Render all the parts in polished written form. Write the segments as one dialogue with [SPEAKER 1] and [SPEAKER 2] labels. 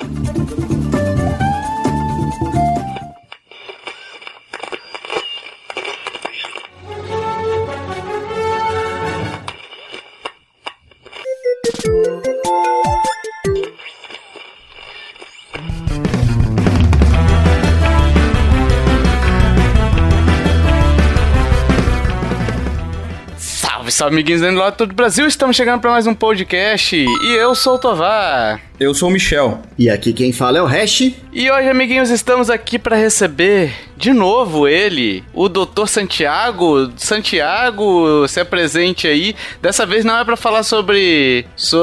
[SPEAKER 1] Salve, amiguinhos do lado do Brasil, estamos chegando para mais um podcast e eu sou o Tovar.
[SPEAKER 2] Eu sou o Michel.
[SPEAKER 3] E aqui quem fala é o Hash.
[SPEAKER 1] E hoje, amiguinhos, estamos aqui para receber de novo ele, o Dr. Santiago. Santiago, se apresente aí. Dessa vez não é para falar sobre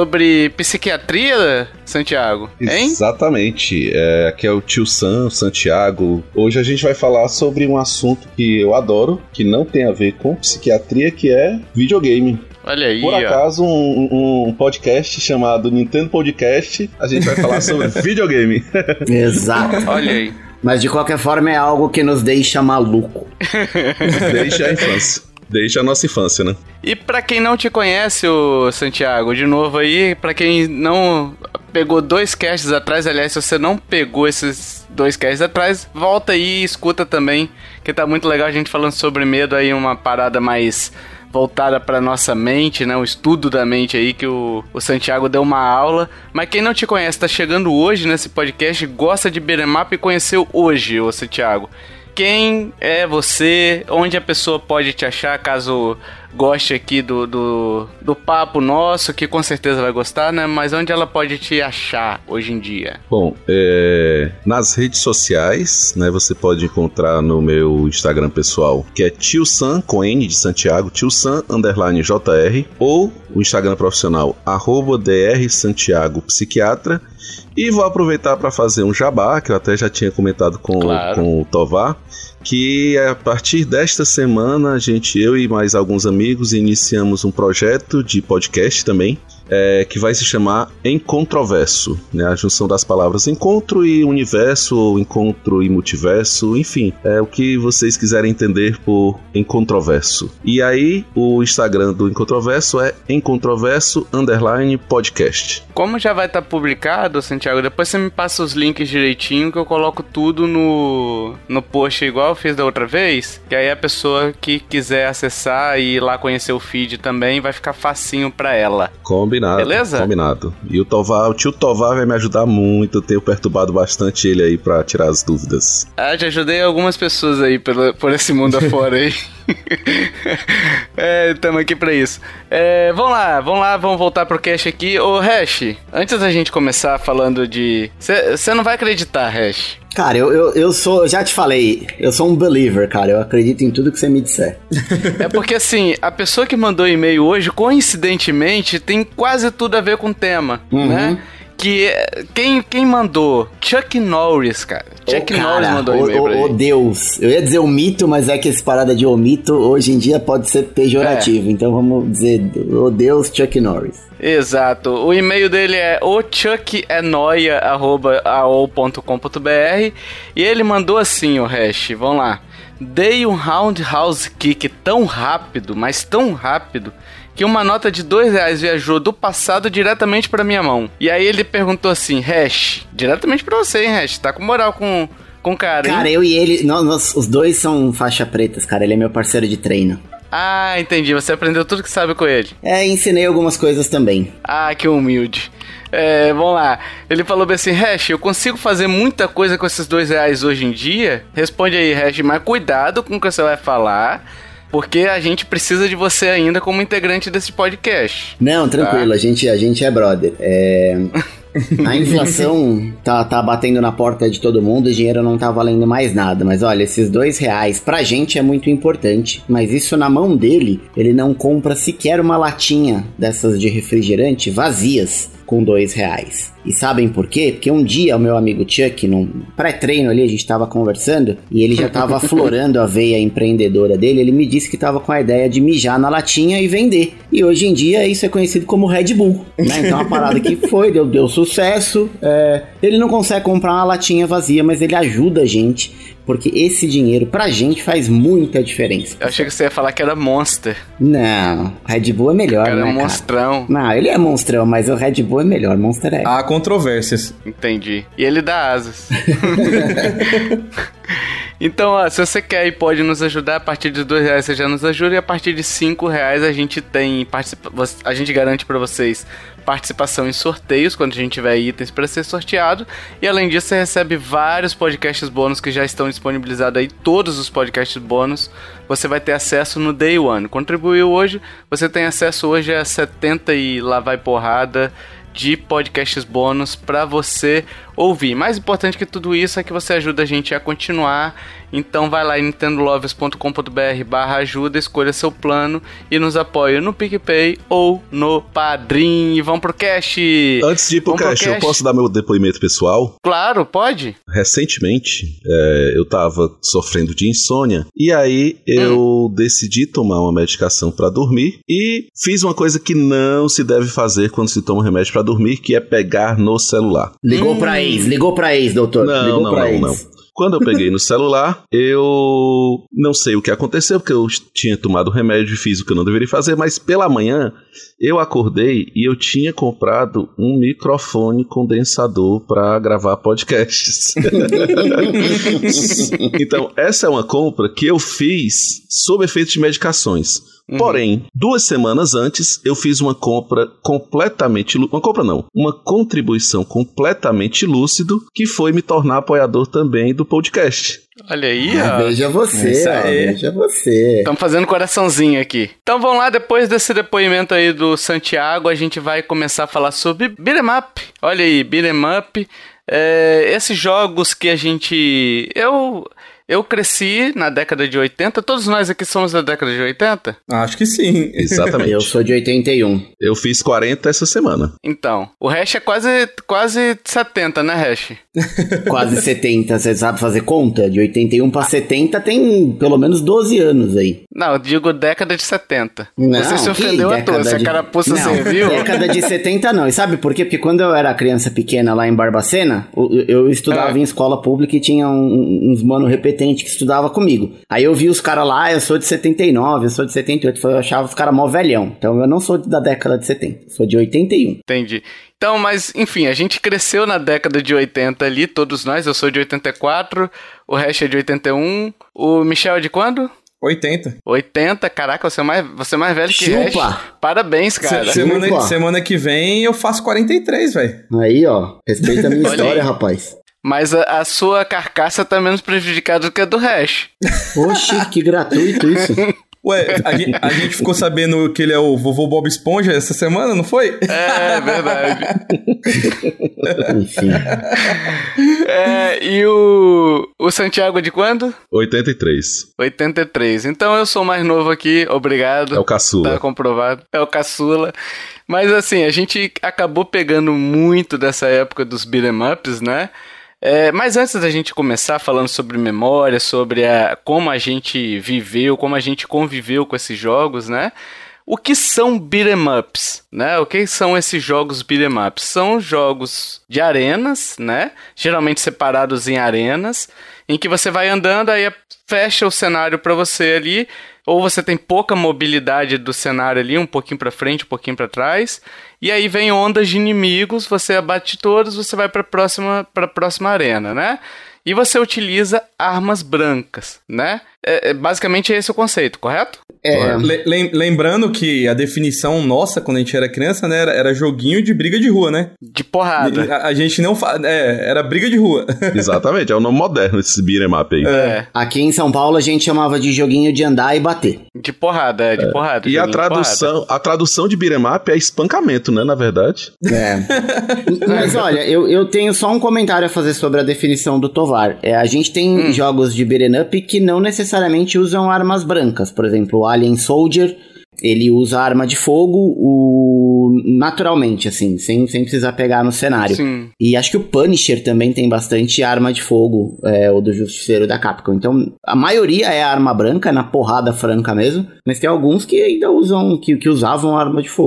[SPEAKER 1] psiquiatria, Santiago, hein?
[SPEAKER 2] Exatamente. Aqui é o tio Sam, Santiago. Hoje a gente vai falar sobre um assunto que eu adoro, que não tem a ver com psiquiatria, que é videogame.
[SPEAKER 1] Olha aí,
[SPEAKER 2] por acaso, um podcast chamado Nintendo Podcast, a gente vai falar sobre videogame.
[SPEAKER 3] Exato.
[SPEAKER 1] Olha aí.
[SPEAKER 3] Mas de qualquer forma é algo que nos deixa maluco.
[SPEAKER 2] Deixa a infância. Desde a nossa infância, né?
[SPEAKER 1] E pra quem não te conhece, o Santiago, de novo aí, pra quem não pegou 2 casts atrás, aliás, se você não pegou esses 2 casts atrás, volta aí e escuta também, que tá muito legal a gente falando sobre medo aí, uma parada mais voltada pra nossa mente, né, o estudo da mente aí, que o Santiago deu uma aula. Mas quem não te conhece, tá chegando hoje nesse podcast, gosta de beat'em up e conheceu hoje, o Santiago. Quem é você? Onde a pessoa pode te achar, caso goste aqui do papo nosso, que com certeza vai gostar, né? Mas onde ela pode te achar hoje em dia?
[SPEAKER 2] Bom, nas redes sociais, né? Você pode encontrar no meu Instagram pessoal, que é tiosan, com N de Santiago, tiosan_JR, ou o Instagram profissional, @drsantiago psiquiatra. E vou aproveitar para fazer um jabá, que eu até já tinha comentado com o Tovar, que a partir desta semana, eu e mais alguns amigos iniciamos um projeto de podcast também, que vai se chamar Encontroverso, né? A junção das palavras encontro e universo, ou encontro e multiverso, enfim, o que vocês quiserem entender por Encontroverso. E aí, o Instagram do Encontroverso é Encontroverso_podcast.
[SPEAKER 1] Como já vai estar publicado, Santiago, depois você me passa os links direitinho, que eu coloco tudo no post igual eu fiz da outra vez, que aí a pessoa que quiser acessar e ir lá conhecer o feed também, vai ficar facinho pra ela.
[SPEAKER 2] Combinado.
[SPEAKER 1] Beleza?
[SPEAKER 2] Combinado. E o tio Tovar vai me ajudar muito. Eu tenho perturbado bastante ele aí pra tirar as dúvidas.
[SPEAKER 1] Já ajudei algumas pessoas aí por esse mundo afora aí. Estamos aqui pra isso. Vamos lá, vamos voltar pro cast aqui. Ô, Hash, antes da gente começar falando de... Você não vai acreditar, Hash.
[SPEAKER 3] Cara, eu já te falei, eu sou um believer, cara, eu acredito em tudo que você me disser.
[SPEAKER 1] É porque assim, a pessoa que mandou o e-mail hoje, coincidentemente, tem quase tudo a ver com o tema, né? Que quem mandou? Chuck Norris, cara. Chuck Norris mandou e-mail pra ele.
[SPEAKER 3] Deus. Eu ia dizer o mito, mas é que esse parada de o mito hoje em dia pode ser pejorativo. Então vamos dizer o Deus Chuck Norris.
[SPEAKER 1] Exato. O e-mail dele é ochuckenoia@aol.com.br e ele mandou assim, o hash. Vamos lá. Dei um roundhouse kick tão rápido, mas tão rápido, que uma nota de R$2 viajou do passado diretamente pra minha mão. E aí ele perguntou assim, Hash, diretamente pra você, hein, Hash? Tá com moral com o cara, hein?
[SPEAKER 3] Cara, eu e ele, nós, os dois são faixa pretas, cara. Ele é meu parceiro de treino.
[SPEAKER 1] Ah, entendi. Você aprendeu tudo que sabe com ele.
[SPEAKER 3] Ensinei algumas coisas também.
[SPEAKER 1] Ah, que humilde. Vamos lá. Ele falou bem assim, Hash, eu consigo fazer muita coisa com esses R$2 hoje em dia? Responde aí, Hash, mas cuidado com o que você vai falar, porque a gente precisa de você ainda como integrante desse podcast.
[SPEAKER 3] Não, tranquilo, tá? a gente é brother. A inflação tá batendo na porta de todo mundo, o dinheiro não tá valendo mais nada. Mas olha, esses R$2 pra gente é muito importante. Mas isso na mão dele, ele não compra sequer uma latinha dessas de refrigerante vazias com R$2. E sabem por quê? Porque um dia o meu amigo Chuck, num pré-treino ali, a gente tava conversando e ele já tava aflorando a veia empreendedora dele. Ele me disse que tava com a ideia de mijar na latinha e vender. E hoje em dia isso é conhecido como Red Bull, né? Então a parada que deu sucesso. Ele não consegue comprar uma latinha vazia, mas ele ajuda a gente porque esse dinheiro pra gente faz muita diferença.
[SPEAKER 1] Eu achei que você ia falar que era Monster.
[SPEAKER 3] Não, Red Bull é melhor,
[SPEAKER 1] Cara,
[SPEAKER 3] né,
[SPEAKER 1] é monstrão.
[SPEAKER 3] cara? Não, ele é monstrão, mas o Red Bull é melhor, Monster é.
[SPEAKER 4] Há controvérsias.
[SPEAKER 1] Entendi. E ele dá asas. Então, ó, se você quer e pode nos ajudar, a partir de R$2 você já nos ajuda, e a partir de R$5 a gente tem a gente garante pra vocês participação em sorteios quando a gente tiver itens para ser sorteado, e além disso você recebe vários podcasts bônus que já estão disponibilizados aí, todos os podcasts bônus você vai ter acesso no Day One. Contribuiu hoje, você tem acesso hoje a 70 e lá vai porrada de podcasts bônus para você ouvir. Mais importante que tudo isso é que você ajuda a gente a continuar. Então vai lá em nintendolovers.com.br/ajuda, escolha seu plano e nos apoie no PicPay ou no Padrim. E vamos pro cast!
[SPEAKER 2] Antes de ir pro cast, eu posso dar meu depoimento pessoal?
[SPEAKER 1] Claro, pode.
[SPEAKER 2] Recentemente, eu tava sofrendo de insônia e aí eu decidi tomar uma medicação pra dormir e fiz uma coisa que não se deve fazer quando se toma um remédio pra dormir, que é pegar no celular.
[SPEAKER 3] Ligou pra ex, doutor.
[SPEAKER 2] Não. Quando eu peguei no celular, eu não sei o que aconteceu, porque eu tinha tomado remédio e fiz o que eu não deveria fazer, mas pela manhã eu acordei e eu tinha comprado um microfone condensador para gravar podcasts. Então, essa é uma compra que eu fiz sob efeito de medicações. Porém, 2 semanas antes, eu fiz uma compra completamente... uma contribuição completamente lúcido, que foi me tornar apoiador também do podcast.
[SPEAKER 1] Olha aí, ó.
[SPEAKER 3] Veja você, veja você.
[SPEAKER 1] Estamos fazendo coraçãozinho aqui. Então vamos lá, depois desse depoimento aí do Santiago, a gente vai começar a falar sobre beat'em up. Olha aí, beat'em up. Esses jogos que a gente... Eu cresci na década de 80. Todos nós aqui somos da década de 80?
[SPEAKER 4] Acho que sim.
[SPEAKER 2] Exatamente.
[SPEAKER 3] Eu sou de 81.
[SPEAKER 2] Eu fiz 40 essa semana.
[SPEAKER 1] Então, o Hash é quase 70, né, Hash?
[SPEAKER 3] Quase 70. Você sabe fazer conta? De 81 pra 70 tem pelo menos 12 anos aí.
[SPEAKER 1] Não, eu digo década de 70.
[SPEAKER 3] Não,
[SPEAKER 1] você se ofendeu à toa, essa carapuça serviu?
[SPEAKER 3] Década de 70 não. E sabe por quê? Porque quando eu era criança pequena lá em Barbacena, eu estudava em escola pública e tinha uns mano repetente que estudava comigo. Aí eu vi os caras lá, eu sou de 79, eu sou de 78, eu achava os caras mó velhão. Então eu não sou da década de 70, sou de 81.
[SPEAKER 1] Entendi. Então, mas, enfim, a gente cresceu na década de 80 ali, todos nós. Eu sou de 84, o Hash é de 81, o Michel é de quando?
[SPEAKER 4] 80.
[SPEAKER 1] 80, caraca, você é mais velho que Hash. Parabéns, cara.
[SPEAKER 4] Semana que vem eu faço 43, velho.
[SPEAKER 3] Aí, ó, respeita a minha história, rapaz.
[SPEAKER 1] Mas a sua carcaça tá menos prejudicada do que a do Hash.
[SPEAKER 3] Oxi, que gratuito isso.
[SPEAKER 4] Ué, a gente ficou sabendo que ele é o vovô Bob Esponja essa semana, não foi?
[SPEAKER 1] É verdade.
[SPEAKER 3] Enfim.
[SPEAKER 1] E o Santiago de quando?
[SPEAKER 2] 83.
[SPEAKER 1] 83. Então eu sou mais novo aqui, obrigado.
[SPEAKER 2] É o caçula.
[SPEAKER 1] Tá comprovado. É o caçula. Mas assim, a gente acabou pegando muito dessa época dos beat'em ups, né? Mas antes da gente começar falando sobre memória, sobre como a gente viveu, como a gente conviveu com esses jogos, né? O que são beat'em ups, né? O que são esses jogos beat'em ups? São jogos de arenas, né? Geralmente separados em arenas, em que você vai andando, aí fecha o cenário para você ali, ou você tem pouca mobilidade do cenário ali, um pouquinho para frente, um pouquinho para trás, e aí vem ondas de inimigos, você abate todos, você vai para a próxima arena, né? E você utiliza armas brancas, né? Basicamente esse é o conceito, correto?
[SPEAKER 4] Lembrando que a definição nossa, quando a gente era criança, né, era joguinho de briga de rua, né?
[SPEAKER 1] De porrada.
[SPEAKER 4] A gente não fala... era briga de rua.
[SPEAKER 2] Exatamente, é o nome moderno esse beat'em up aí.
[SPEAKER 3] Aqui em São Paulo a gente chamava de joguinho de andar e bater.
[SPEAKER 1] De porrada, de porrada.
[SPEAKER 2] E a tradução de beat'em up é espancamento, né, na verdade?
[SPEAKER 3] Mas olha, eu tenho só um comentário a fazer sobre a definição do Tovar. A gente tem jogos de beat'em up que não necessariamente usam armas brancas. Por exemplo, o Alien Soldier, ele usa arma de fogo naturalmente, assim, sem precisar pegar no cenário.
[SPEAKER 1] Sim.
[SPEAKER 3] E acho que o Punisher também tem bastante arma de fogo, o do Justiceiro da Capcom. Então, a maioria é arma branca, na porrada franca mesmo, mas tem alguns que ainda usam, que usavam arma de fogo.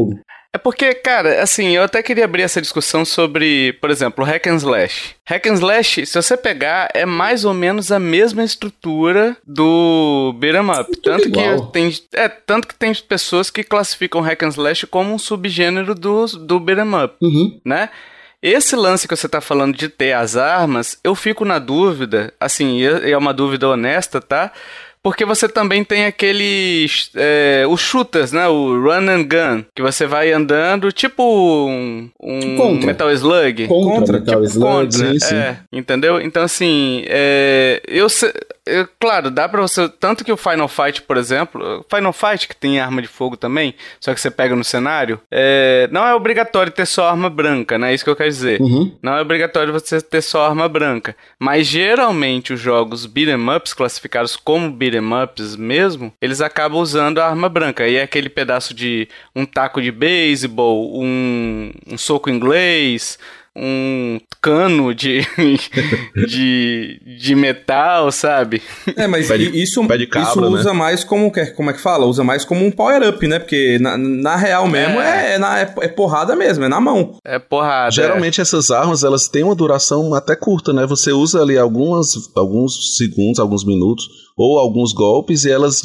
[SPEAKER 1] É porque, cara, assim, eu até queria abrir essa discussão sobre, por exemplo, o Hack and Slash. Hack and Slash, se você pegar, é mais ou menos a mesma estrutura do beat'em up. Tanto que tem pessoas que classificam Hack and Slash como um subgênero do beat'em up, né? Esse lance que você tá falando de ter as armas, eu fico na dúvida, assim, é uma dúvida honesta, tá? Porque você também tem aqueles... os shooters, né? O run and gun. Que você vai andando, tipo um Metal Slug.
[SPEAKER 3] Contra Metal Slug.
[SPEAKER 2] Sim.
[SPEAKER 1] Entendeu? Então, assim... claro, dá pra você... Tanto que o Final Fight, por exemplo... Final Fight, que tem arma de fogo também, só que você pega no cenário, não é obrigatório ter só arma branca, né? É isso que eu quero dizer. Não é obrigatório você ter só arma branca. Mas, geralmente, os jogos beat'em ups, classificados como beat'em ups mesmo, eles acabam usando a arma branca. E é aquele pedaço de um taco de beisebol, um soco inglês, um cano de metal, sabe?
[SPEAKER 4] Mas isso usa mais como é que fala? Usa mais como um power-up, né? Porque na real mesmo é porrada mesmo, é na mão.
[SPEAKER 1] É porrada.
[SPEAKER 2] Geralmente essas armas, elas têm uma duração até curta, né? Você usa ali alguns segundos, alguns minutos, ou alguns golpes, e elas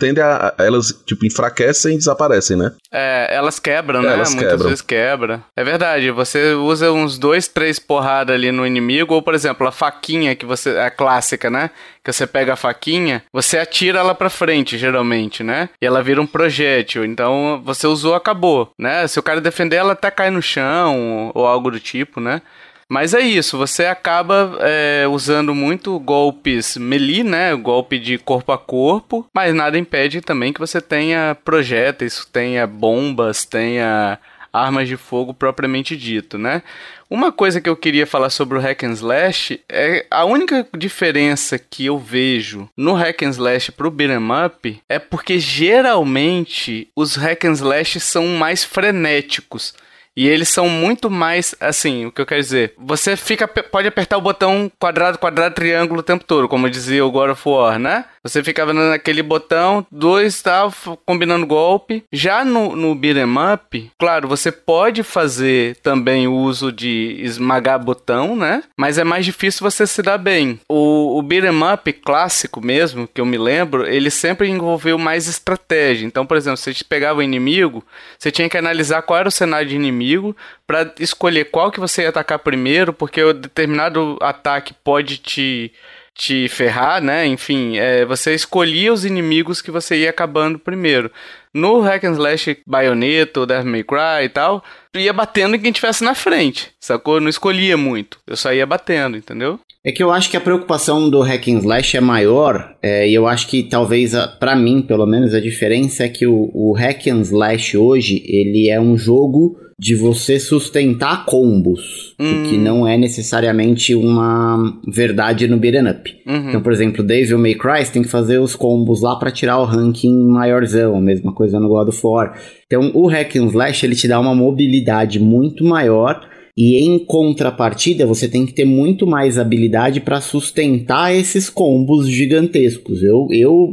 [SPEAKER 2] elas tipo, enfraquecem e desaparecem, né?
[SPEAKER 1] Elas quebram, né? Muitas vezes quebra. É verdade, você usa uns 2, 3 porradas ali no inimigo, ou por exemplo, a faquinha a clássica, né? Que você pega a faquinha, você atira ela pra frente, geralmente, né? E ela vira um projétil, então você usou, acabou, né? Se o cara defender, ela até cai no chão, ou algo do tipo, né? Mas é isso, você acaba usando muito golpes melee, né? Golpe de corpo a corpo, mas nada impede também que você tenha projéteis, tenha bombas, tenha armas de fogo propriamente dito, né? Uma coisa que eu queria falar sobre o Hack and Slash é a única diferença que eu vejo no Hack and Slash pro beat'em up é porque geralmente os Hack and Slash são mais frenéticos. E eles são muito mais, assim, o que eu quero dizer, você pode apertar o botão quadrado, triângulo o tempo todo, como dizia o God of War, né? Você ficava naquele botão, 2, tal, combinando golpe. Já no beat'em up, claro, você pode fazer também o uso de esmagar botão, né? Mas é mais difícil você se dar bem. O beat'em up clássico mesmo, que eu me lembro, ele sempre envolveu mais estratégia. Então, por exemplo, você pegava o inimigo, você tinha que analisar qual era o cenário de inimigo, para escolher qual que você ia atacar primeiro, porque o determinado ataque pode te ferrar, né? Enfim, você escolhia os inimigos que você ia acabando primeiro. No Hack and Slash Bayonetta, Devil May Cry e tal, tu ia batendo em quem tivesse na frente, sacou? Eu não escolhia muito, eu só ia batendo, entendeu?
[SPEAKER 3] É que eu acho que a preocupação do Hack and Slash é maior, e eu acho que talvez, pra mim, pelo menos, a diferença é que o Hack and Slash hoje, ele é um jogo de você sustentar combos, o que não é necessariamente uma verdade no beat'em up. Então, por exemplo, Devil May Cry, você tem que fazer os combos lá pra tirar o ranking maiorzão, a mesma coisa no God of War. Então, o Hack and Slash, ele te dá uma mobilidade muito maior, e em contrapartida, você tem que ter muito mais habilidade para sustentar esses combos gigantescos. Eu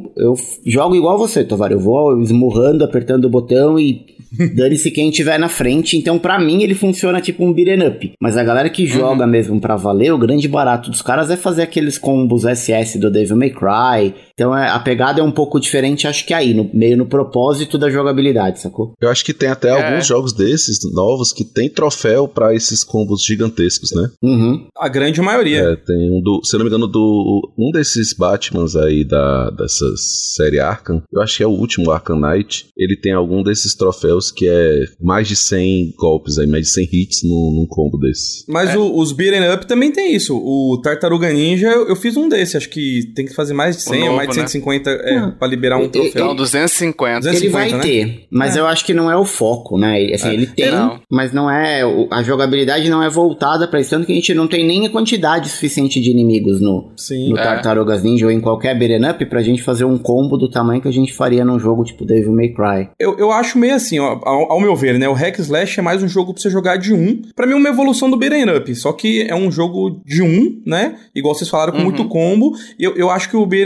[SPEAKER 3] jogo igual você, Tovar. Eu vou esmurrando, apertando o botão e dane-se quem tiver na frente. Então, pra mim, ele funciona tipo um beat'em up. Mas a galera que joga mesmo pra valer, o grande barato dos caras é fazer aqueles combos SS do Devil May Cry. Então, a pegada é um pouco diferente, acho que aí, meio no propósito da jogabilidade, sacou?
[SPEAKER 2] Eu acho que tem até alguns jogos desses novos que tem troféu pra esses combos gigantescos, né?
[SPEAKER 4] A grande maioria.
[SPEAKER 2] Tem se eu não me engano, um desses Batmans aí dessa série Arkham, eu acho que é o último Arkham Knight, ele tem algum desses troféus que é mais de 100 golpes aí, mais de 100 hits num combo desse.
[SPEAKER 4] Mas os beat'em up também tem isso. O Tartaruga Ninja, eu fiz um desse, acho que tem que fazer mais de 100 ou mais de 150 pra liberar um troféu.
[SPEAKER 1] Não, 250.
[SPEAKER 3] Ele vai ter, mas eu acho que não é o foco, né? Assim, ele tem, mas não é... A jogabilidade não é voltada pra isso, tanto que a gente não tem nem a quantidade suficiente de inimigos no Tartarugas Ninja ou em qualquer beat'em up pra gente fazer um combo do tamanho que a gente faria num jogo tipo Devil May Cry.
[SPEAKER 4] Eu acho meio assim, ó, ao meu ver, né? O Hack Slash é mais um jogo pra você jogar de 1. Pra mim é uma evolução do beat'em up, só que é um jogo de 1, né? Igual vocês falaram, com muito combo. E eu acho que o beat'em up é mais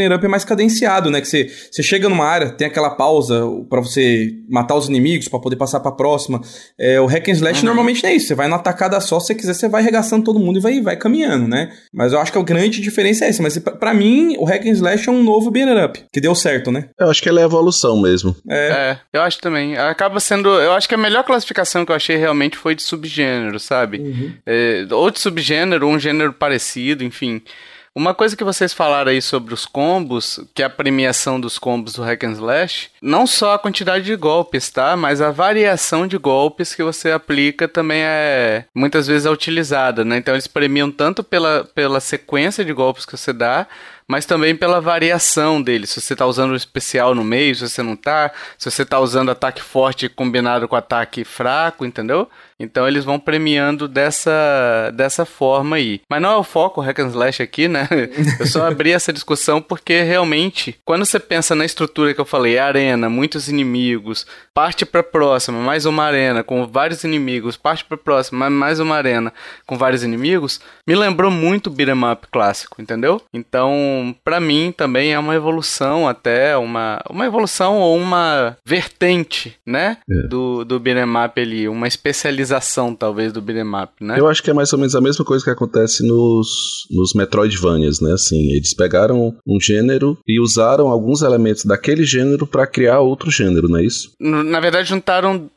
[SPEAKER 4] cadenciado, né? Que você chega numa área, tem aquela pausa pra você matar os inimigos, pra poder passar pra próxima. O hack and slash normalmente não é isso. Você vai numa tacada só, se você quiser, você vai arregaçando todo mundo e vai caminhando, né? Mas eu acho que a grande diferença é essa. Mas pra mim, o hack and slash é um novo beat'em up, que deu certo, né?
[SPEAKER 2] Eu acho que ele é evolução mesmo.
[SPEAKER 1] Eu acho também. Acaba sendo... Eu acho que a melhor classificação que eu achei realmente foi de subgênero, sabe? Ou de subgênero, ou um gênero parecido, enfim... Uma coisa que vocês falaram aí sobre os combos, que é a premiação dos combos do Hack and Slash, não só a quantidade de golpes, tá? Mas a variação de golpes que você aplica também muitas vezes é utilizada, né? Então eles premiam tanto pela sequência de golpes que você dá, mas também pela variação dele. Se você tá usando o especial no meio, se você não tá, se você tá usando ataque forte combinado com ataque fraco, entendeu? Então eles vão premiando dessa forma aí. Mas não é o foco, o Hack and Slash aqui, né? Eu só abri essa discussão porque realmente, quando você pensa na estrutura que eu falei, arena, muitos inimigos, parte pra próxima, mais uma arena com vários inimigos, parte pra próxima, mais uma arena com vários inimigos, me lembrou muito o beat'em up clássico, entendeu? Então, pra mim também é uma evolução até, uma evolução ou uma vertente, né? Do beat'em up ali, uma especialização talvez do beat'em up, né?
[SPEAKER 2] Eu acho que é mais ou menos a mesma coisa que acontece nos Metroidvanias, né? Assim, eles pegaram um gênero e usaram alguns elementos daquele gênero pra criar outro gênero, não é isso?
[SPEAKER 1] Na verdade, juntaram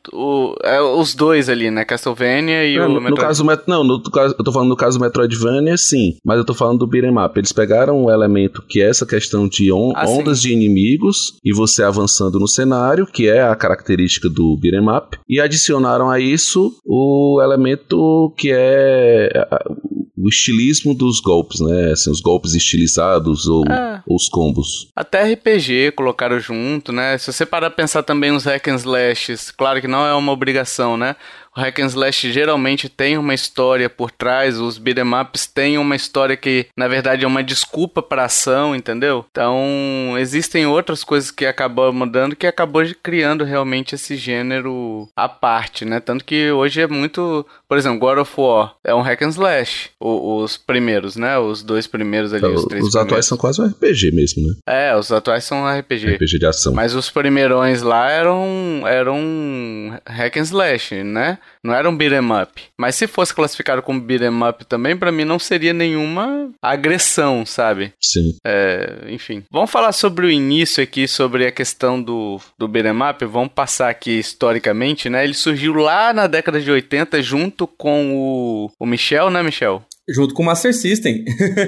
[SPEAKER 1] os dois ali, né? Castlevania e o Metroid.
[SPEAKER 2] No caso, eu tô falando no caso do Metroidvania, sim, mas eu tô falando do beat'em up. Eles pegaram um elemento que é essa questão de ondas de inimigos e você avançando no cenário, que é a característica do beat'em up, e adicionaram a isso o elemento que é o estilismo dos golpes, né? Assim, os golpes estilizados ou os combos.
[SPEAKER 1] Até RPG colocaram junto, né? Se você parar pra pensar também nos hack and slashes, claro que não é uma obrigação, né? O hack and slash geralmente tem uma história por trás, os beat'em ups têm uma história que, na verdade, é uma desculpa para ação, entendeu? Então, existem outras coisas que acabam mudando, que acabou criando realmente esse gênero à parte, né? Tanto que hoje é muito... Por exemplo, God of War é um hack and slash, os primeiros, né? Os dois primeiros ali, os três
[SPEAKER 2] Os atuais são quase um RPG mesmo, né?
[SPEAKER 1] Os atuais são RPG.
[SPEAKER 2] RPG de ação.
[SPEAKER 1] Mas os primeirões lá eram hack and slash, né? Não era um beat'em up. Mas se fosse classificado como beat'em up também, pra mim não seria nenhuma agressão, sabe?
[SPEAKER 2] Sim.
[SPEAKER 1] Enfim. Vamos falar sobre o início aqui, sobre a questão do beat'em up. Vamos passar aqui historicamente, né? Ele surgiu lá na década de 80 junto com o Michel, né, Michel?
[SPEAKER 4] Junto com o Master System.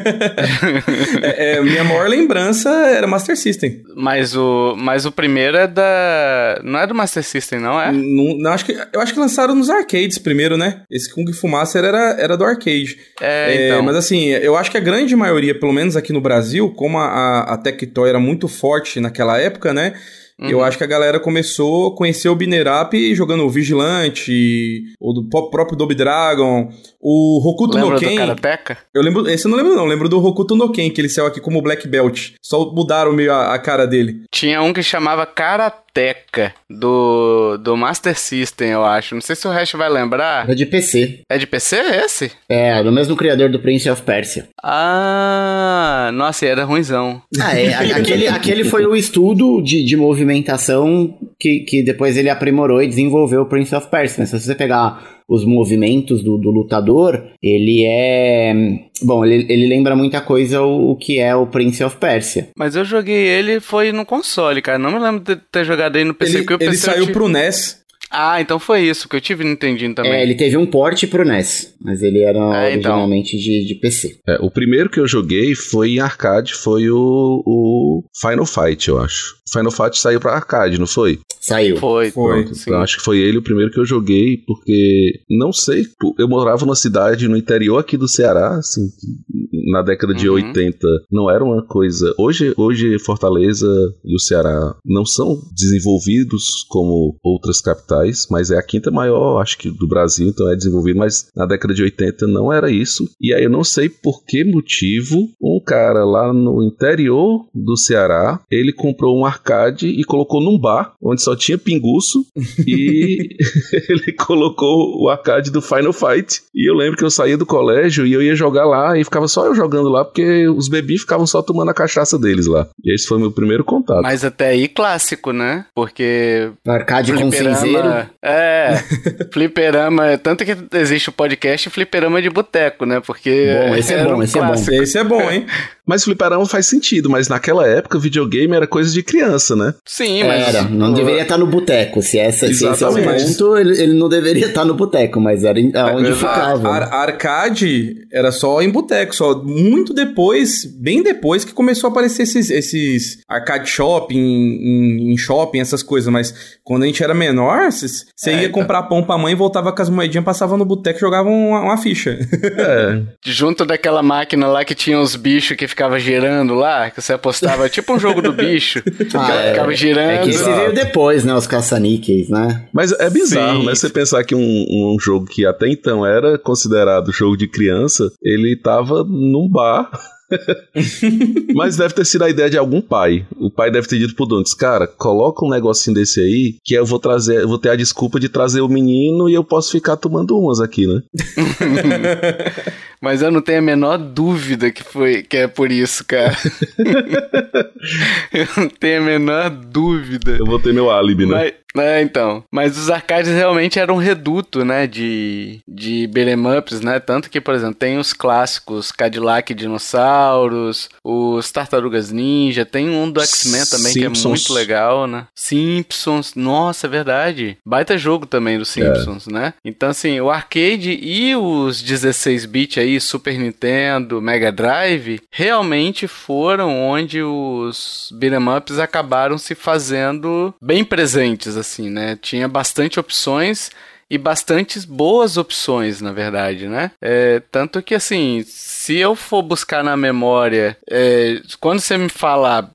[SPEAKER 4] Minha maior lembrança era Master System.
[SPEAKER 1] Mas o primeiro não é do Master System, não é?
[SPEAKER 4] Não, eu acho que lançaram nos arcades primeiro, né? Esse Kung Fu Master era do arcade.
[SPEAKER 1] Então.
[SPEAKER 4] Mas assim, eu acho que a grande maioria, pelo menos aqui no Brasil, como a Tectoy era muito forte naquela época, né? Eu acho que a galera começou a conhecer o beat'em up jogando o Vigilante, o do próprio Double Dragon, o Hokuto no Ken.
[SPEAKER 1] Lembra do Karateka?
[SPEAKER 4] Esse eu não lembro não, lembro do Hokuto no Ken, que ele saiu aqui como Black Belt. Só mudaram meio a cara dele.
[SPEAKER 1] Tinha um que chamava Karateka, do Master System, eu acho. Não sei se o resto vai lembrar.
[SPEAKER 3] É de PC.
[SPEAKER 1] É de PC esse?
[SPEAKER 3] É, do mesmo criador do Prince of Persia.
[SPEAKER 1] Ah, nossa, era ruinzão.
[SPEAKER 3] Aquele foi o estudo de movimentação que depois ele aprimorou e desenvolveu o Prince of Persia. Mas se você pegar os movimentos do lutador, ele é... Bom, ele lembra muita coisa o que é o Prince of Persia.
[SPEAKER 1] Mas eu joguei ele, foi no console, cara. Não me lembro de ter jogado ele no PC.
[SPEAKER 4] Ele saiu pro NES.
[SPEAKER 1] Ah, então foi isso que eu tive Nintendinho também.
[SPEAKER 3] Ele teve um port pro NES, mas ele era originalmente de PC.
[SPEAKER 2] O primeiro que eu joguei foi em arcade, foi o Final Fight, eu acho. O Final Fight saiu pra arcade, não foi?
[SPEAKER 3] Saiu.
[SPEAKER 1] Foi.
[SPEAKER 2] Então, acho que foi ele o primeiro que eu joguei, porque, não sei, eu morava numa cidade no interior aqui do Ceará, assim, na década de 80, não era uma coisa... Hoje Fortaleza e o Ceará não são desenvolvidos como outras capitais, mas é a quinta maior, acho que, do Brasil, então é desenvolvido, mas na década de 80 não era isso, e aí eu não sei por que motivo um cara lá no interior do Ceará, ele comprou um arcade e colocou num bar, onde só tinha pinguço, e ele colocou o arcade do Final Fight, e eu lembro que eu saía do colégio e eu ia jogar lá, e ficava só eu jogando lá porque os bebês ficavam só tomando a cachaça deles lá. E esse foi meu primeiro contato.
[SPEAKER 1] Mas até aí clássico, né? Porque...
[SPEAKER 3] Arcade com cinzeiro.
[SPEAKER 1] Fliperama... Tanto que existe o podcast Fliperama de Boteco, né? Porque...
[SPEAKER 3] Bom, esse é bom, esse é bom.
[SPEAKER 4] Esse é bom, hein?
[SPEAKER 2] Mas fliperama faz sentido, mas naquela época videogame era coisa de criança, né?
[SPEAKER 1] Sim, mas...
[SPEAKER 3] Era, não deveria estar no boteco. Se esse é o
[SPEAKER 2] Exatamente.
[SPEAKER 3] ponto, ele não deveria estar no boteco, mas era onde ficava.
[SPEAKER 4] A arcade era só em boteco, só muito depois, bem depois que começou a aparecer esses arcade shop em shopping, essas coisas, mas quando a gente era menor, você ia comprar pão pra mãe, voltava com as moedinhas, passava no boteco e jogava uma ficha.
[SPEAKER 1] Junto daquela máquina lá que tinha os bichos que ficava girando lá, que você apostava, tipo um jogo do bicho, ficava girando.
[SPEAKER 3] É que esse veio depois, né, os caça-níqueis, né?
[SPEAKER 2] Mas é bizarro,
[SPEAKER 1] Sim.
[SPEAKER 2] né? Você pensar que um jogo que até então era considerado jogo de criança, ele tava num bar... Mas deve ter sido a ideia de algum pai. O pai deve ter dito pro Donks, cara, coloca um negocinho desse aí, que eu vou ter a desculpa de trazer o menino e eu posso ficar tomando umas aqui, né?
[SPEAKER 1] Mas eu não tenho a menor dúvida que é por isso, cara. Eu não tenho a menor dúvida.
[SPEAKER 2] Eu vou ter meu álibi, né?
[SPEAKER 1] Então. Mas os arcades realmente eram um reduto, né, de beat'em ups, né? Tanto que, por exemplo, tem os clássicos Cadillac Dinossauros, os Tartarugas Ninja, tem um do X-Men também
[SPEAKER 2] Simpsons.
[SPEAKER 1] que é muito legal, né? Simpsons, nossa, é verdade. Baita jogo também dos Simpsons, né? Então, assim, o arcade e os 16-bit aí, Super Nintendo, Mega Drive, realmente foram onde os beat'em ups acabaram se fazendo bem presentes, assim, né? Tinha bastante opções e bastantes boas opções, na verdade, né? Tanto que, assim, se eu for buscar na memória, quando você me fala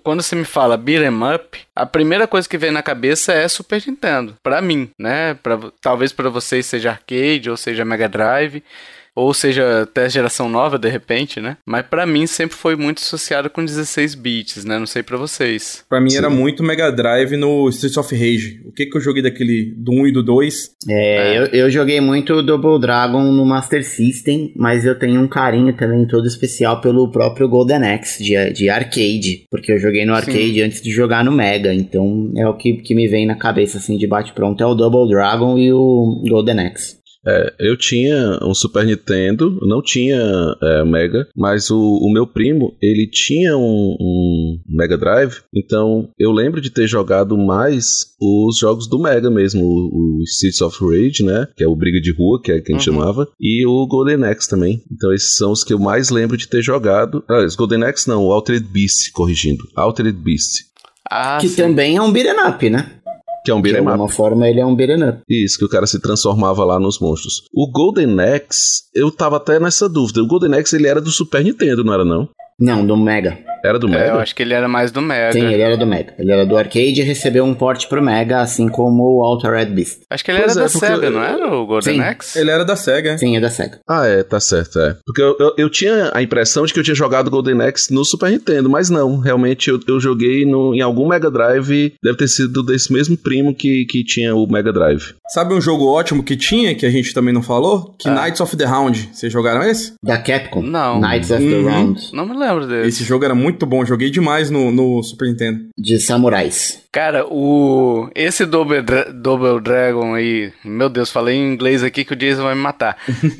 [SPEAKER 1] beat'em up, a primeira coisa que vem na cabeça é Super Nintendo, pra mim, né? Talvez pra vocês seja arcade ou seja Mega Drive, ou seja, até geração nova, de repente, né? Mas pra mim sempre foi muito associado com 16 bits, né? Não sei pra vocês.
[SPEAKER 4] Pra mim era muito Mega Drive no Streets of Rage. O que eu joguei daquele do 1 e do 2?
[SPEAKER 3] Eu joguei muito Double Dragon no Master System, mas eu tenho um carinho também todo especial pelo próprio Golden Axe de arcade, porque eu joguei no arcade antes de jogar no Mega, então é o que me vem na cabeça, assim, de bate-pronto, é o Double Dragon e o Golden Axe.
[SPEAKER 2] Eu tinha um Super Nintendo, não tinha Mega, mas o meu primo, ele tinha um Mega Drive, então eu lembro de ter jogado mais os jogos do Mega mesmo, o Streets of Rage, né, que é o Briga de Rua, que é quem chamava, e o Golden Axe também. Então esses são os que eu mais lembro de ter jogado. Golden Axe não, o Altered Beast, corrigindo, Altered Beast.
[SPEAKER 3] Que sim. Também é um beat'em up, né?
[SPEAKER 2] Que é um beat'em up.
[SPEAKER 3] De alguma forma ele é um beat'em up.
[SPEAKER 2] Isso, que o cara se transformava lá nos monstros. O Golden Axe, eu tava até nessa dúvida. O Golden Axe, ele era do Super Nintendo, não era não?
[SPEAKER 3] Não, do Mega.
[SPEAKER 2] Era do Mega?
[SPEAKER 1] Eu acho que ele era mais do Mega.
[SPEAKER 3] Sim, ele era do Mega. Ele era do arcade e recebeu um port pro Mega, assim como o Altered Beast.
[SPEAKER 1] Acho que ele era da Sega, não era o Golden Axe?
[SPEAKER 4] Ele era da Sega.
[SPEAKER 3] Sim, é da Sega.
[SPEAKER 2] Tá certo, Porque eu tinha a impressão de que eu tinha jogado Golden Axe no Super Nintendo, mas não. Realmente eu joguei em algum Mega Drive, deve ter sido desse mesmo primo que tinha o Mega Drive.
[SPEAKER 4] Sabe um jogo ótimo que tinha, que a gente também não falou? Knights of the Round. Vocês jogaram esse?
[SPEAKER 3] Da Capcom?
[SPEAKER 1] Não.
[SPEAKER 3] Knights of the Round.
[SPEAKER 1] Não me lembro dele.
[SPEAKER 4] Esse jogo era muito bom, joguei demais no Super Nintendo.
[SPEAKER 3] De samurais.
[SPEAKER 1] Cara, esse Double Dragon aí, meu Deus, falei em inglês aqui que o Jason vai me matar.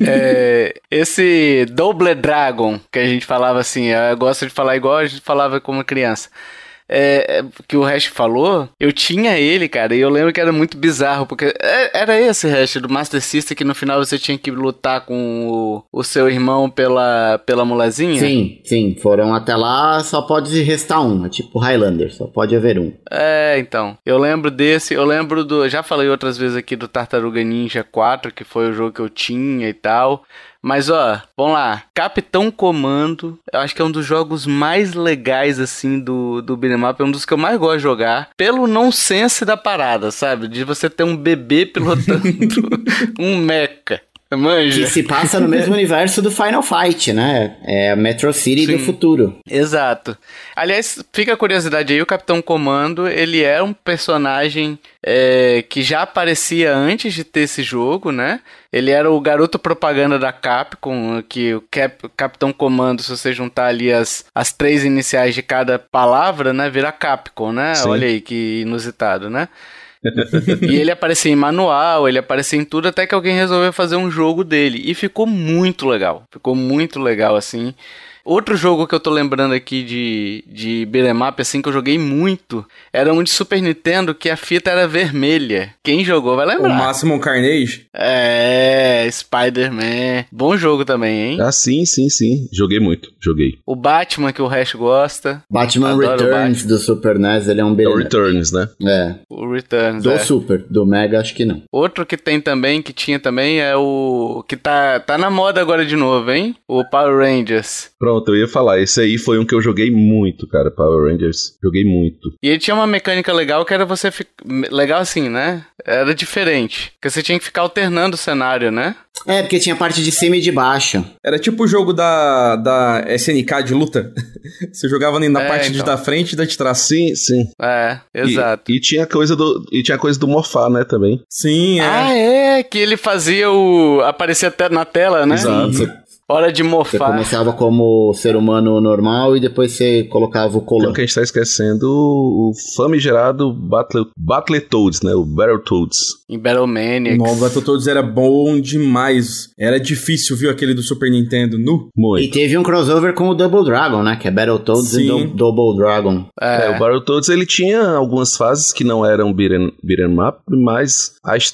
[SPEAKER 1] Esse Double Dragon, que a gente falava assim, eu gosto de falar igual a gente falava como criança. Que o Hash falou, eu tinha ele, cara, e eu lembro que era muito bizarro, porque era esse Hash do Master System que no final você tinha que lutar com o seu irmão pela molezinha?
[SPEAKER 3] Sim, foram até lá, só pode restar um, é tipo Highlander, só pode haver um.
[SPEAKER 1] Então, eu lembro desse, já falei outras vezes aqui do Tartaruga Ninja 4, que foi o jogo que eu tinha e tal. Mas, vamos lá. Capitão Comando, eu acho que é um dos jogos mais legais, assim, do beat'em up. É um dos que eu mais gosto de jogar. Pelo nonsense da parada, sabe? De você ter um bebê pilotando um mecha. Manja.
[SPEAKER 3] Que se passa no mesmo universo do Final Fight, né? É a Metro City do futuro.
[SPEAKER 1] Exato. Aliás, fica a curiosidade aí, o Capitão Comando, ele é um personagem que já aparecia antes de ter esse jogo, né? Ele era o garoto propaganda da Capcom, que o Capitão Comando, se você juntar ali as 3 iniciais de cada palavra, né? Vira Capcom, né?
[SPEAKER 2] Sim.
[SPEAKER 1] Olha aí que inusitado, né? E ele aparecia em manual, ele aparecia em tudo, até que alguém resolveu fazer um jogo dele. E ficou muito legal. Ficou muito legal, assim. Outro jogo que eu tô lembrando aqui de beat'em up, assim, que eu joguei muito, era um de Super Nintendo que a fita era vermelha. Quem jogou vai lembrar.
[SPEAKER 4] O Maximum Carnage?
[SPEAKER 1] Spider-Man. Bom jogo também, hein?
[SPEAKER 2] Ah, sim. Joguei muito.
[SPEAKER 1] O Batman, que o resto gosta.
[SPEAKER 3] Batman
[SPEAKER 1] Adoro
[SPEAKER 3] Returns do Super NES, ele é um
[SPEAKER 2] É o
[SPEAKER 3] beat'em up.
[SPEAKER 2] Returns, né?
[SPEAKER 3] É.
[SPEAKER 1] O Returns,
[SPEAKER 3] Do Super, do Mega acho que não.
[SPEAKER 1] Outro que tem também, que tinha também, é o... que tá na moda agora de novo, hein? O Power Rangers.
[SPEAKER 2] Pronto, eu ia falar. Esse aí foi um que eu joguei muito, cara. Power Rangers. Joguei muito.
[SPEAKER 1] E ele tinha uma mecânica legal que era você... Legal assim, né? Era diferente. Porque você tinha que ficar alternando o cenário, né?
[SPEAKER 3] É, porque tinha parte de cima e de baixo.
[SPEAKER 4] Era tipo o jogo da SNK de luta. Você jogava na parte de da frente e da de trás.
[SPEAKER 2] Sim.
[SPEAKER 1] Exato.
[SPEAKER 2] E tinha coisa do morfar, né, também.
[SPEAKER 4] Sim,
[SPEAKER 1] que ele fazia aparecia até na tela, né?
[SPEAKER 2] Exato.
[SPEAKER 1] Hora de
[SPEAKER 3] Você
[SPEAKER 1] morfar.
[SPEAKER 3] começava como ser humano normal e depois você colocava o
[SPEAKER 2] Tem
[SPEAKER 3] colã.
[SPEAKER 2] que a gente tá esquecendo o famigerado Battletoads, né? O Battletoads.
[SPEAKER 1] Em Battlemaniacs.
[SPEAKER 4] O Battletoads era bom demais. Era difícil, viu, aquele do Super Nintendo nu?
[SPEAKER 3] E
[SPEAKER 2] Muito.
[SPEAKER 3] teve um crossover com o Double Dragon, né? Que é Battletoads e
[SPEAKER 4] Sim.
[SPEAKER 3] Double Dragon.
[SPEAKER 2] O Battletoads, ele tinha algumas fases que não eram beat'em up, mas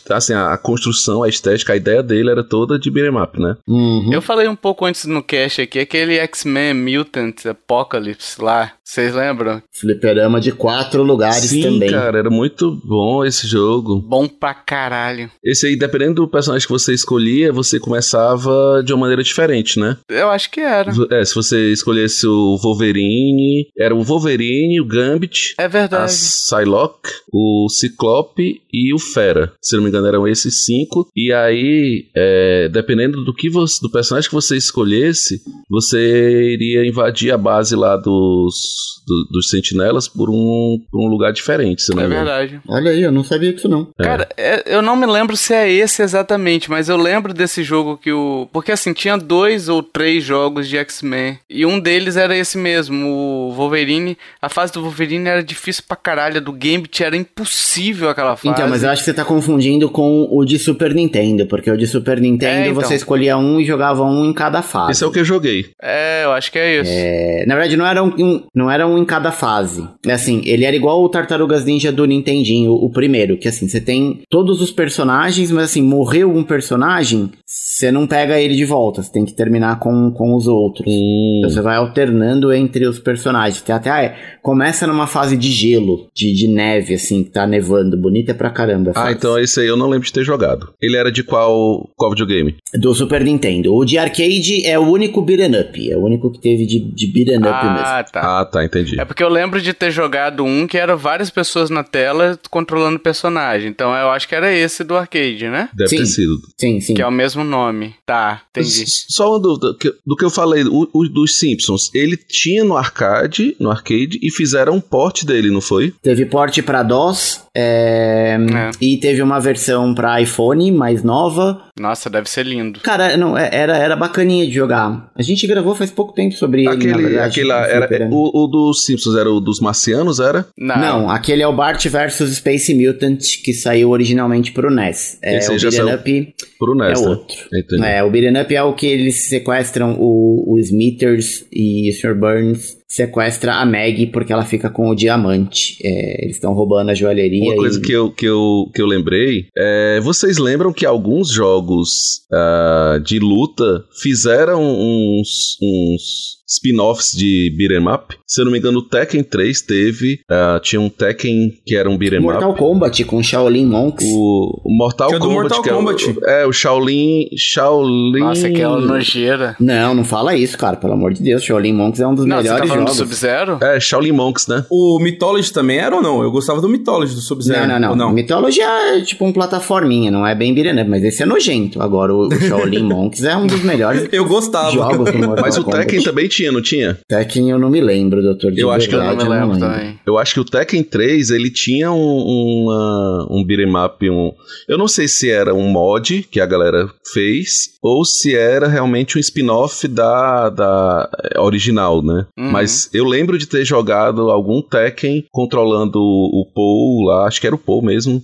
[SPEAKER 2] a construção, a estética, a ideia dele era toda de beat'em up, né?
[SPEAKER 3] Uhum.
[SPEAKER 1] Eu falei um pouco antes no cast aqui, aquele X-Men Mutant Apocalypse lá, vocês lembram?
[SPEAKER 3] Fliperama de 4 lugares
[SPEAKER 2] Sim,
[SPEAKER 3] também.
[SPEAKER 2] cara, era muito bom esse jogo.
[SPEAKER 1] Bom pra caralho.
[SPEAKER 2] Esse aí, dependendo do personagem que você escolhia, você começava de uma maneira diferente, né?
[SPEAKER 1] Eu acho que era.
[SPEAKER 2] Se você escolhesse o Wolverine, era o Wolverine, o Gambit,
[SPEAKER 1] É
[SPEAKER 2] a
[SPEAKER 1] verdade.
[SPEAKER 2] Psylocke, o Ciclope e o Fera. Se não me engano, eram esses 5. E aí, dependendo do personagem que você escolhesse, você iria invadir a base lá dos sentinelas por um lugar diferente, se não
[SPEAKER 1] É
[SPEAKER 2] me engano.
[SPEAKER 1] verdade.
[SPEAKER 3] Olha aí, eu não sabia disso não.
[SPEAKER 1] Cara, eu não me lembro se é esse exatamente, mas eu lembro desse jogo que porque assim, tinha 2 ou 3 jogos de X-Men, e um deles era esse mesmo, o Wolverine. A fase do Wolverine era difícil pra caralho, a do Gambit era impossível aquela fase.
[SPEAKER 3] Então, mas eu acho que você tá confundindo com o de Super Nintendo, porque o de Super Nintendo
[SPEAKER 1] então.
[SPEAKER 3] você escolhia um e jogava um em cada fase.
[SPEAKER 2] Esse é o que eu joguei.
[SPEAKER 1] Eu acho que é isso.
[SPEAKER 3] Na verdade, não era um em cada fase. Assim, ele era igual o Tartarugas Ninja do Nintendinho, o primeiro, que assim, você tem todos os personagens, mas assim, morreu um personagem, você não pega ele de volta, você tem que terminar com os outros. Então você vai alternando entre os personagens. Tem até, começa numa fase de gelo, de neve, assim, que tá nevando, bonita pra caramba. a fase.
[SPEAKER 2] Então esse aí eu não lembro de ter jogado. Ele era de qual videogame?
[SPEAKER 3] Do Super Nintendo. O de arcade é o único beat'em up, é o único que teve de beat'em up mesmo.
[SPEAKER 1] Tá.
[SPEAKER 2] Ah, tá, entendi.
[SPEAKER 1] É porque eu lembro de ter jogado um que era várias pessoas na tela controlando o personagem. Então eu acho que era esse do arcade, né?
[SPEAKER 2] Deve ter sido.
[SPEAKER 3] Sim.
[SPEAKER 1] Que é o mesmo nome. Tá, entendi.
[SPEAKER 2] Só uma dúvida, do que eu falei, o dos Simpsons, ele tinha no arcade e fizeram um port dele, não foi?
[SPEAKER 3] Teve port pra DOS, e teve uma versão pra iPhone mais nova.
[SPEAKER 1] Nossa, deve ser lindo.
[SPEAKER 3] Cara, não, era bacaninha de jogar. A gente gravou faz pouco tempo sobre ele, na verdade.
[SPEAKER 2] Aquele lá, o dos Simpsons era o dos marcianos, era?
[SPEAKER 3] Não, aquele é o Bart vs Space Mutant, que saiu originalmente pro NES.
[SPEAKER 2] Esse
[SPEAKER 3] o
[SPEAKER 2] já
[SPEAKER 3] beat'em
[SPEAKER 2] saiu
[SPEAKER 3] up
[SPEAKER 2] pro NES,
[SPEAKER 3] é
[SPEAKER 2] né?
[SPEAKER 3] outro.
[SPEAKER 2] Entendi.
[SPEAKER 3] O beat'em up é o que eles sequestram o Smithers e o Sr. Burns sequestra a Maggie porque ela fica com o diamante. Eles estão roubando a joalheria.
[SPEAKER 2] Uma coisa que eu lembrei, vocês lembram que alguns jogos de luta fizeram uns spin-offs de beat'em up. Se eu não me engano, o Tekken 3 teve... tinha um Tekken que era um beat'em up.
[SPEAKER 3] Mortal Kombat com Shaolin Monks.
[SPEAKER 2] O Mortal
[SPEAKER 4] Que é do
[SPEAKER 2] Kombat.
[SPEAKER 4] Mortal Kombat.
[SPEAKER 2] O Shaolin...
[SPEAKER 1] Nossa, aquela nojeira.
[SPEAKER 3] Não fala isso, cara. Pelo amor de Deus. Shaolin Monks é um dos melhores
[SPEAKER 1] você tá falando
[SPEAKER 3] jogos.
[SPEAKER 1] do Sub-Zero?
[SPEAKER 2] Shaolin Monks, né?
[SPEAKER 4] O Mythology também era ou não? Eu gostava do Mythology, do Sub-Zero.
[SPEAKER 3] Não. Mythology é tipo um plataforminha, não é bem beat'em up, mas esse é nojento. Agora, o Shaolin Monks é um dos melhores
[SPEAKER 4] eu gostava.
[SPEAKER 3] jogos do Mortal
[SPEAKER 2] Mas o
[SPEAKER 3] Kombat.
[SPEAKER 2] Tekken também tinha, não tinha?
[SPEAKER 3] Tekken eu não me lembro, doutor.
[SPEAKER 2] Eu acho que eu
[SPEAKER 1] não me lembro também.
[SPEAKER 2] Eu acho que o Tekken 3, ele tinha um beat'em up, eu não sei se era um mod que a galera fez, ou se era realmente um spin-off da original, né? Mas eu lembro de ter jogado algum Tekken controlando o Paul lá, acho que era o Paul mesmo,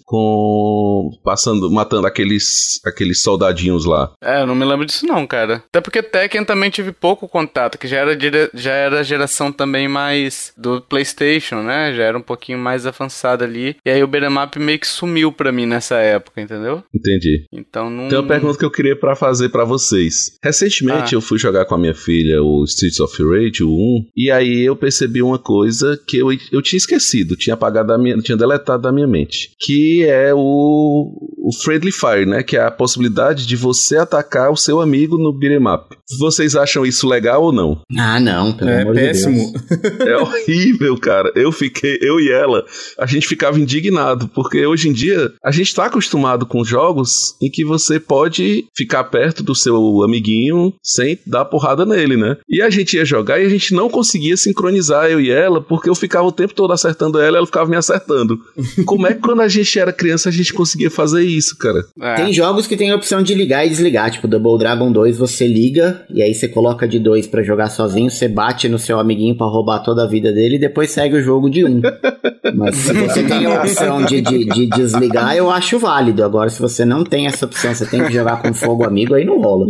[SPEAKER 2] matando aqueles soldadinhos lá.
[SPEAKER 1] Eu não me lembro disso não, cara. Até porque Tekken também tive pouco contato, que já era a geração também mais do PlayStation, né? Já era um pouquinho mais avançada ali. E aí o beat'em up meio que sumiu pra mim nessa época, entendeu?
[SPEAKER 2] Entendi.
[SPEAKER 1] Então não...
[SPEAKER 2] Tem uma pergunta que eu queria fazer pra vocês. Recentemente eu fui jogar com a minha filha o Streets of Rage, o 1, e aí eu percebi uma coisa que eu tinha esquecido, tinha deletado da minha mente, que é o Friendly Fire, né? Que é a possibilidade de você atacar o seu amigo no beat'em up. Vocês acham isso legal ou não?
[SPEAKER 3] Não, pelo amor de Deus. É péssimo.
[SPEAKER 2] É horrível, cara. Eu e ela, a gente ficava indignado, porque hoje em dia a gente tá acostumado com jogos em que você pode ficar perto do seu amiguinho sem dar porrada nele, né? E a gente ia jogar e a gente não conseguia sincronizar, eu e ela, porque eu ficava o tempo todo acertando ela e ela ficava me acertando. Como é que quando a gente era criança a gente conseguia fazer isso, cara?
[SPEAKER 3] Tem jogos que tem a opção de ligar e desligar, tipo Double Dragon 2, você liga e aí você coloca de 2 pra jogar sozinho, você bate no seu amiguinho pra roubar toda a vida dele e depois segue o jogo de 1. Mas se você tem a opção de desligar, eu acho válido. Agora, se você não tem essa opção, você tem que jogar com fogo amigo, aí não rola.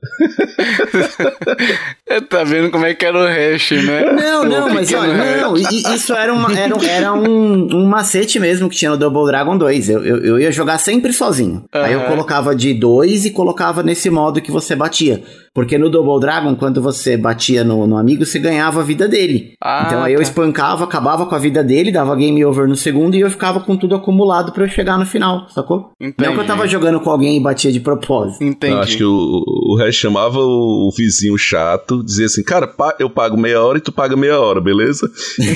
[SPEAKER 1] Tá vendo como é que era o hash, né?
[SPEAKER 3] Não, mas olha, isso era um macete mesmo que tinha no Double Dragon 2. Eu ia jogar sempre sozinho. Aí eu colocava de 2 e colocava nesse modo que você batia. Porque no Double Dragon, quando você batia no amigo, você ganhava a vida dele. Então aí eu espancava, acabava com a vida dele, dava game over no segundo e eu ficava com tudo acumulado pra eu chegar no final, sacou?
[SPEAKER 1] Entendi.
[SPEAKER 3] Não que eu tava jogando com alguém e batia de propósito.
[SPEAKER 1] Entendi.
[SPEAKER 2] Eu acho que o resto chamava o vizinho chato, dizia assim, cara, eu pago meia hora e tu paga meia hora, beleza?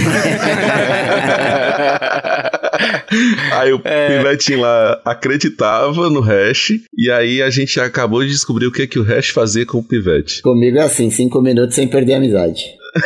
[SPEAKER 2] Aí o pivetinho lá acreditava no hash, e aí a gente acabou de descobrir o que o hash fazia com o pivete.
[SPEAKER 3] Comigo é assim, 5 minutos sem perder a amizade.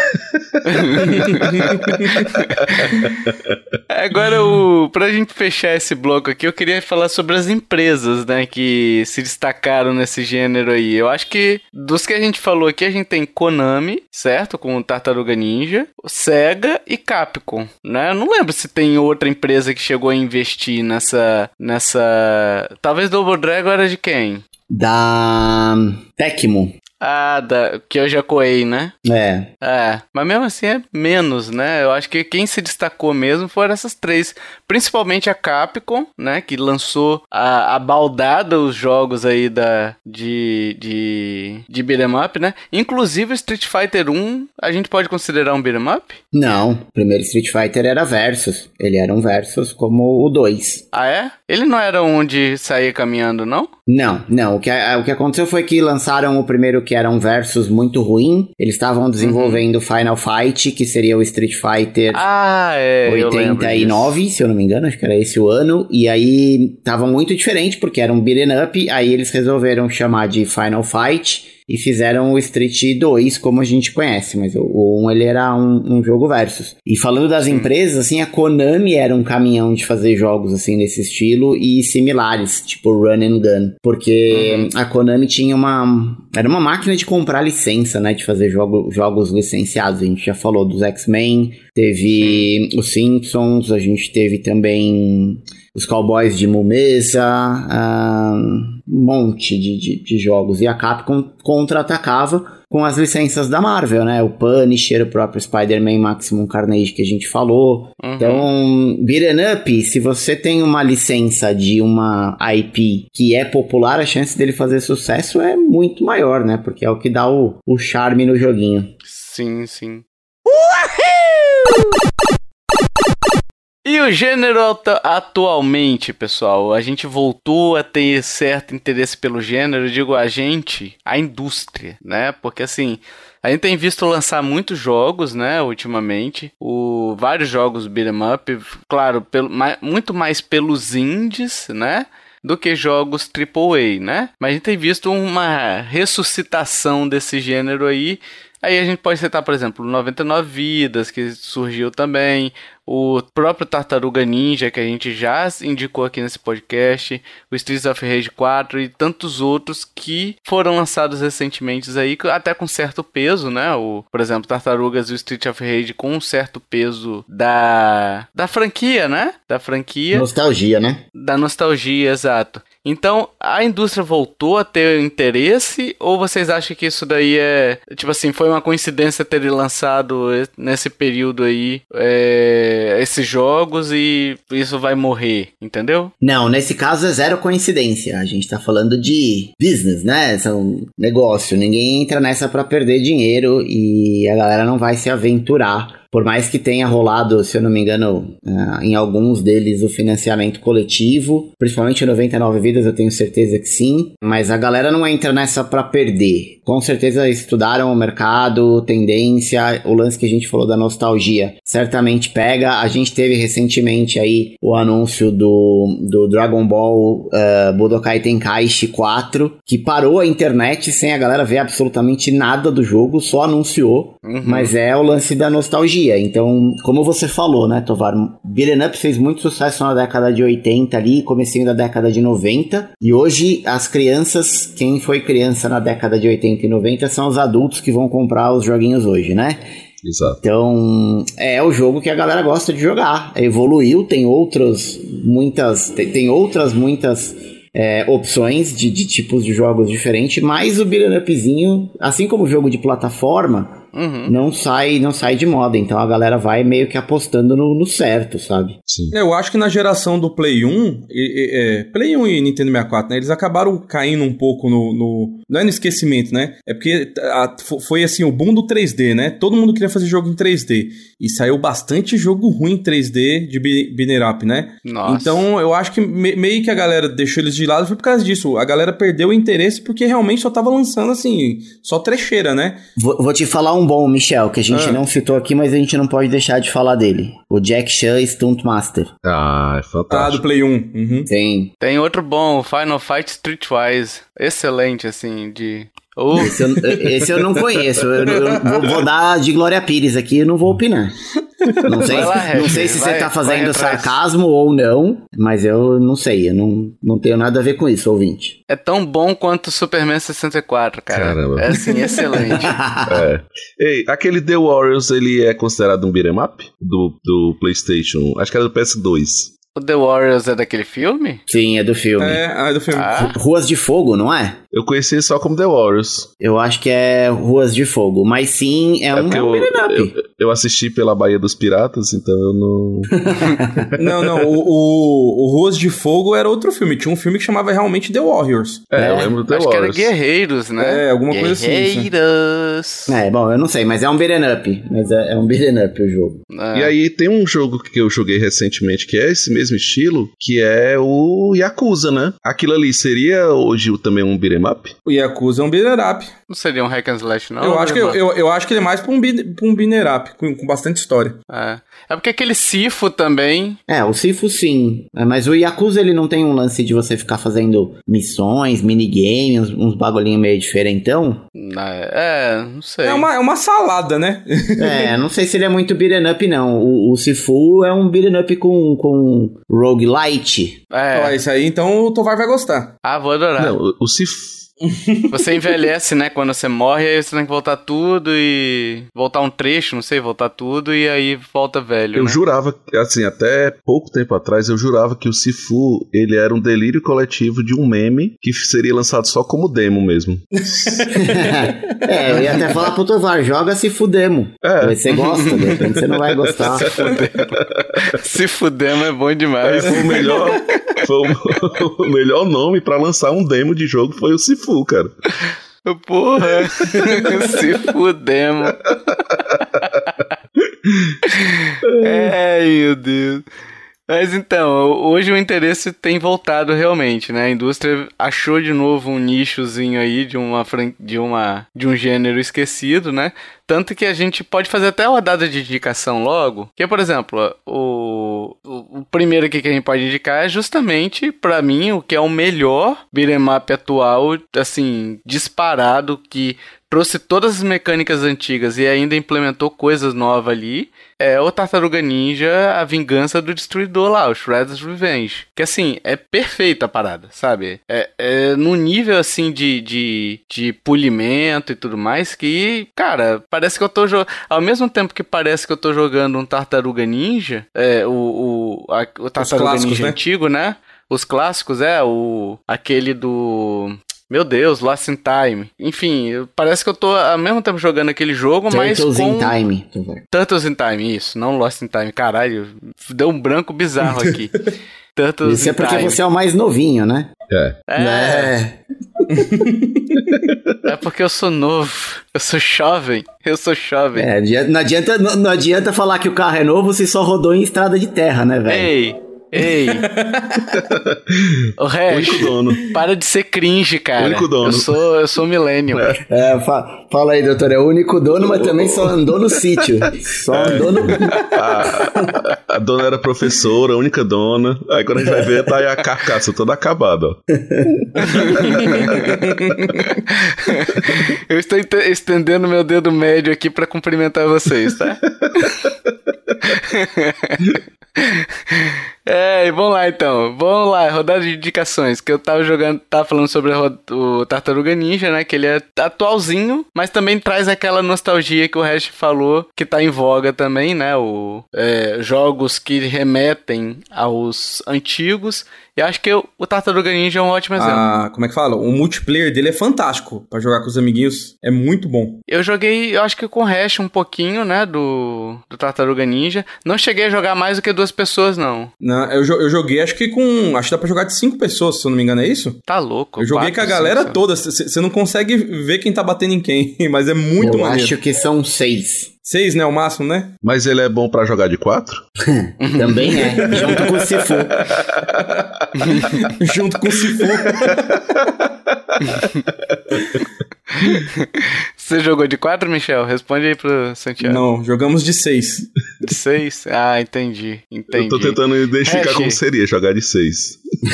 [SPEAKER 1] Agora, pra gente fechar esse bloco aqui, eu queria falar sobre as empresas, né, que se destacaram nesse gênero aí. Eu acho que dos que a gente falou aqui, a gente tem Konami, certo? Com o Tartaruga Ninja, Sega e Capcom, né? Eu não lembro se tem outra empresa que chegou a investir nessa... Talvez Double Dragon era de quem?
[SPEAKER 3] Da Tecmo.
[SPEAKER 1] Que eu já coei, né? Mas mesmo assim é menos, né? Eu acho que quem se destacou mesmo foram essas três. Principalmente a Capcom, né? Que lançou a baldada os jogos aí de beat'em up, né? Inclusive o Street Fighter 1, a gente pode considerar um beat'em up?
[SPEAKER 3] Não, o primeiro Street Fighter era Versus. Ele era um Versus como o 2.
[SPEAKER 1] Ele não era onde saía caminhando, não?
[SPEAKER 3] Não. O que aconteceu foi que lançaram o primeiro que era um Versus muito ruim. Eles estavam desenvolvendo Final Fight, que seria o Street Fighter 89, se eu não me engano, acho que era esse o ano. E aí tava muito diferente, porque era um beat'em up. Aí eles resolveram chamar de Final Fight e fizeram o Street 2 como a gente conhece, mas o 1 ele era um jogo versus. E falando das empresas, assim, a Konami era um caminhão de fazer jogos assim nesse estilo e similares, tipo Run and Gun, porque a Konami tinha era uma máquina de comprar licença, né, de fazer jogos licenciados. A gente já falou dos X-Men, teve os Simpsons, a gente teve também os Cowboys de Mumesa, um monte de jogos. E a Capcom contra-atacava com as licenças da Marvel, né? O Punisher, o próprio Spider-Man Maximum Carnage que a gente falou. Então, beat'em up, se você tem uma licença de uma IP que é popular, a chance dele fazer sucesso é muito maior, né? Porque é o que dá o charme no joguinho.
[SPEAKER 1] Sim, sim. E o gênero atualmente, pessoal, a gente voltou a ter certo interesse pelo gênero, eu digo a gente, a indústria, né? Porque assim, a gente tem visto lançar muitos jogos, né, ultimamente, vários jogos beat'em up, claro, muito mais pelos indies, né? Do que jogos AAA, né? Mas a gente tem visto uma ressuscitação desse gênero aí. Aí a gente pode citar, por exemplo, 99 Vidas, que surgiu também, o próprio Tartaruga Ninja, que a gente já indicou aqui nesse podcast, o Streets of Rage 4 e tantos outros que foram lançados recentemente aí, até com certo peso, né? Por exemplo, Tartarugas e o Streets of Rage com um certo peso da franquia, né? Da franquia.
[SPEAKER 3] Nostalgia, né?
[SPEAKER 1] Da nostalgia, exato. Então, a indústria voltou a ter interesse, ou vocês acham que isso daí tipo assim, foi uma coincidência ter lançado nesse período aí esses jogos e isso vai morrer, entendeu?
[SPEAKER 3] Não, nesse caso é zero coincidência. A gente tá falando de business, né? São negócio. Ninguém entra nessa pra perder dinheiro e a galera não vai se aventurar. Por mais que tenha rolado, se eu não me engano, em alguns deles o financiamento coletivo, principalmente 99 Vidas, eu tenho certeza que sim, mas a galera não entra nessa pra perder. Com certeza estudaram o mercado, tendência, o lance que a gente falou da nostalgia, certamente pega. A gente teve recentemente aí o anúncio do Dragon Ball Budokai Tenkaichi 4, que parou a internet sem a galera ver absolutamente nada do jogo, só anunciou, mas é o lance da nostalgia. Então, como você falou, né, Tovar, beat'em up fez muito sucesso na década de 80 ali, comecinho da década de 90, e hoje as crianças, quem foi criança na década de 80 e 90 são os adultos que vão comprar os joguinhos hoje, né?
[SPEAKER 2] Exato.
[SPEAKER 3] Então, é o jogo que a galera gosta de jogar. Evoluiu, tem outras muitas opções de tipos de jogos diferentes, mas o beat'em upzinho, assim como o jogo de plataforma, não sai de moda. Então a galera vai meio que apostando no certo, sabe?
[SPEAKER 2] Sim.
[SPEAKER 4] Eu acho que na geração do Play 1, Play 1 e Nintendo 64, né, eles acabaram caindo um pouco não é no esquecimento, né? É porque foi assim, o boom do 3D, né? Todo mundo queria fazer jogo em 3D. E saiu bastante jogo ruim em 3D de beat'em up, né?
[SPEAKER 1] Nossa.
[SPEAKER 4] Então eu acho que meio que a galera deixou eles de lado foi por causa disso. A galera perdeu o interesse porque realmente só tava lançando assim, só trecheira, né?
[SPEAKER 3] Vou te falar um bom, Michel, que a gente não citou aqui, mas a gente não pode deixar de falar dele. O Jack Chan Stunt Master.
[SPEAKER 2] Ah, é fantástico.
[SPEAKER 4] Do Play 1. Uhum.
[SPEAKER 3] Sim.
[SPEAKER 1] Tem outro bom, Final Fight Streetwise. Excelente, assim, de...
[SPEAKER 3] Esse eu não conheço. Eu vou dar de Glória Pires aqui e não vou opinar. Não sei se você tá fazendo sarcasmo ou não, mas eu não sei. Eu não tenho nada a ver com isso, ouvinte.
[SPEAKER 1] É tão bom quanto o Superman 64, cara.
[SPEAKER 2] Caramba.
[SPEAKER 1] É assim, excelente.
[SPEAKER 2] Ei, aquele The Warriors, ele é considerado um beat'em up do PlayStation? Acho que era do PS2.
[SPEAKER 1] O The Warriors é daquele filme?
[SPEAKER 3] Sim, é do filme.
[SPEAKER 4] É do filme.
[SPEAKER 3] Ruas de Fogo, não é?
[SPEAKER 2] Eu conheci só como The Warriors.
[SPEAKER 3] Eu acho que é Ruas de Fogo, mas sim, é um beat'em up.
[SPEAKER 2] Eu assisti pela Baía dos Piratas, então eu não...
[SPEAKER 4] Não, o Ruas de Fogo era outro filme. Tinha um filme que chamava realmente The Warriors.
[SPEAKER 2] Eu lembro do The
[SPEAKER 1] Acho
[SPEAKER 2] Warriors.
[SPEAKER 1] que era Guerreiros, né?
[SPEAKER 4] Alguma coisa assim.
[SPEAKER 1] Guerreiros.
[SPEAKER 3] Bom, eu não sei, mas é um beat'em up. Mas é um beat'em up o jogo.
[SPEAKER 2] E aí tem um jogo que eu joguei recentemente, que é esse mesmo estilo, que é o Yakuza, né? Aquilo ali seria hoje também um beat'em up?
[SPEAKER 4] O Yakuza é um beat'em up.
[SPEAKER 1] Não seria um hack and slash, não?
[SPEAKER 4] Eu acho que ele é mais pra um beat'em up, com bastante história.
[SPEAKER 1] É porque aquele Sifu também...
[SPEAKER 3] O Sifu sim, mas o Yakuza ele não tem um lance de você ficar fazendo missões, minigames, uns bagulhinhos meio diferentão?
[SPEAKER 1] Não sei.
[SPEAKER 4] É uma salada, né?
[SPEAKER 3] Não sei se ele é muito beat'em up não. O Sifu é um beat'em up com roguelite.
[SPEAKER 4] Isso aí então o Tovar vai gostar.
[SPEAKER 1] Vou adorar.
[SPEAKER 2] Não, o Sifu...
[SPEAKER 1] Você envelhece, né? Quando você morre, aí você tem que voltar tudo e... Voltar um trecho, não sei, voltar tudo e aí volta velho,
[SPEAKER 2] Eu
[SPEAKER 1] né?
[SPEAKER 2] jurava, assim, até pouco tempo atrás, eu jurava que o Sifu, ele era um delírio coletivo de um meme que seria lançado só como demo mesmo.
[SPEAKER 3] Eu ia até falar pro Tovar, joga Sifu Demo. Você gosta, de repente você não vai gostar.
[SPEAKER 1] Sifu Demo é bom demais.
[SPEAKER 2] Foi o melhor nome pra lançar um demo de jogo foi o Sifu, cara.
[SPEAKER 1] Porra, se fudemos. Ai, meu Deus. Mas então, hoje o interesse tem voltado realmente, né? A indústria achou de novo um nichozinho aí de um gênero esquecido, né? Tanto que a gente pode fazer até uma rodada de indicação logo. Que, por exemplo, o primeiro aqui que a gente pode indicar é justamente, pra mim, o que é o melhor beat'em up atual, assim, disparado, que trouxe todas as mecânicas antigas e ainda implementou coisas novas ali, é o Tartaruga Ninja, a vingança do destruidor lá, o Shredder's Revenge. Que assim, é perfeita a parada, sabe? É num nível assim de polimento e tudo mais que, cara, parece que eu tô jogando. Ao mesmo tempo que parece que eu tô jogando um Tartaruga Ninja, o Tartaruga Ninja, né? Antigo, né? Os clássicos, aquele do... Meu Deus, Lost in Time. Enfim, parece que eu tô ao mesmo tempo jogando aquele jogo, mas com... Turtles in Time, isso. Não Lost in Time. Caralho, deu um branco bizarro aqui. Turtles
[SPEAKER 3] Isso é porque você é o mais novinho, né?
[SPEAKER 1] É porque eu sou novo. Eu sou jovem.
[SPEAKER 3] Não adianta falar que o carro é novo se só rodou em estrada de terra, né, velho?
[SPEAKER 1] Ei! O Hash, para de ser cringe, cara.
[SPEAKER 2] Único dono.
[SPEAKER 1] Eu sou millennial.
[SPEAKER 3] Fala aí, doutor. É o único dono, mas também só andou no sítio. Só andou no...
[SPEAKER 2] A dona era professora, a única dona. Aí quando a gente vai ver, tá aí a carcaça toda acabada, ó.
[SPEAKER 1] Eu estou estendendo meu dedo médio aqui pra cumprimentar vocês, tá? Vamos lá então. Vamos lá, rodada de indicações. Que eu tava falando sobre o Tartaruga Ninja, né? Que ele é atualzinho, mas também traz aquela nostalgia que o Hash falou, que tá em voga também, né? Jogos que remetem aos antigos. E acho que o Tartaruga Ninja é um ótimo exemplo.
[SPEAKER 4] Como é que fala? O multiplayer dele é fantástico pra jogar com os amiguinhos. É muito bom.
[SPEAKER 1] Eu joguei, eu acho que com o Hash um pouquinho, né? Do Tartaruga Ninja. Não cheguei a jogar mais do que 2 pessoas, não.
[SPEAKER 4] Não, eu joguei acho que dá pra jogar de 5 pessoas, se eu não me engano, é isso?
[SPEAKER 1] Tá louco.
[SPEAKER 4] Eu joguei com a galera toda. Você não consegue ver quem tá batendo em quem, mas é muito maneiro.
[SPEAKER 3] Eu acho que são 6.
[SPEAKER 4] 6, né? O máximo, né?
[SPEAKER 2] Mas ele é bom pra jogar de 4?
[SPEAKER 3] Também é. Junto com o Sifu.
[SPEAKER 4] Junto com o Sifu.
[SPEAKER 1] Você jogou de 4, Michel? Responde aí pro Santiago.
[SPEAKER 4] Não, jogamos de 6.
[SPEAKER 1] De 6? Ah, entendi.
[SPEAKER 2] Eu tô tentando identificar como seria jogar de 6.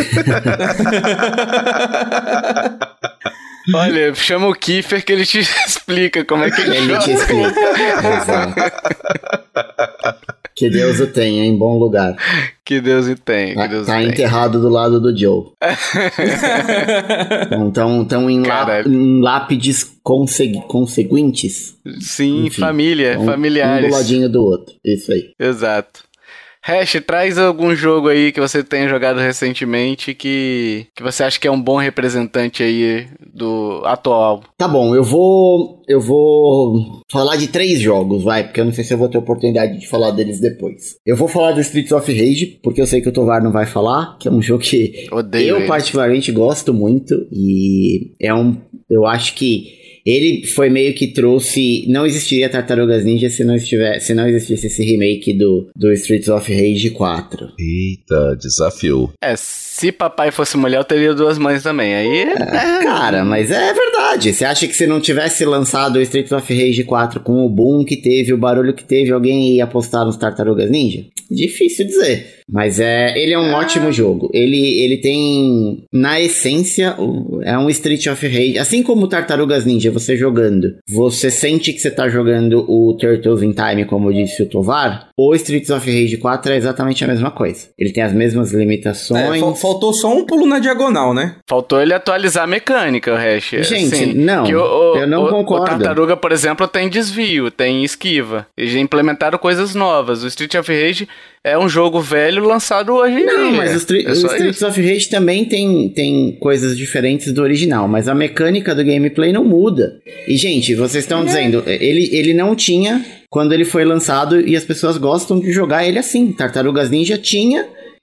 [SPEAKER 1] Olha, chama o Kiefer que ele te explica como é que ele
[SPEAKER 3] joga. Ele te explica. Exato. Que Deus o tenha em bom lugar.
[SPEAKER 1] Que Deus o tenha.
[SPEAKER 3] Tá enterrado do lado do Joe. Então em lápides conseguintes.
[SPEAKER 1] Sim, enfim, familiares.
[SPEAKER 3] Um do ladinho do outro. Isso aí.
[SPEAKER 1] Exato. Hash, traz algum jogo aí que você tenha jogado recentemente que você acha que é um bom representante aí do atual.
[SPEAKER 3] Tá bom, eu vou falar de 3 jogos, porque eu não sei se eu vou ter oportunidade de falar deles depois. Eu vou falar do Streets of Rage, porque eu sei que o Tovar não vai falar, que é um jogo que eu particularmente gosto muito, e eu acho que ele foi meio que trouxe... Não existiria Tartarugas Ninja se não existisse esse remake do Streets of Rage 4.
[SPEAKER 2] Eita, desafiou.
[SPEAKER 1] Se papai fosse mulher, eu teria 2 mães também. Aí...
[SPEAKER 3] Cara, mas é verdade. Você acha que se não tivesse lançado o Streets of Rage 4 com o boom que teve, o barulho que teve, alguém ia apostar nos Tartarugas Ninja? Difícil dizer. Mas ele é um ótimo jogo. Ele tem, na essência, é um Street of Rage. Assim como o Tartarugas Ninja, você jogando, você sente que você tá jogando o Turtles in Time, como disse o Tovar. O Streets of Rage 4 é exatamente a mesma coisa. Ele tem as mesmas limitações.
[SPEAKER 4] Faltou só um pulo na diagonal, né?
[SPEAKER 1] Faltou ele atualizar a mecânica, o Hash.
[SPEAKER 3] Gente,
[SPEAKER 1] assim,
[SPEAKER 3] não, eu não concordo.
[SPEAKER 1] O Tartaruga, por exemplo, tem desvio, tem esquiva. Eles já implementaram coisas novas. O Street of Rage é um jogo velho lançado hoje em dia.
[SPEAKER 3] Não, mas o Streets of Rage também tem coisas diferentes do original, mas a mecânica do gameplay não muda. E, gente, vocês estão dizendo, ele não tinha quando ele foi lançado e as pessoas gostam de jogar ele assim. Tartarugas Ninja tinha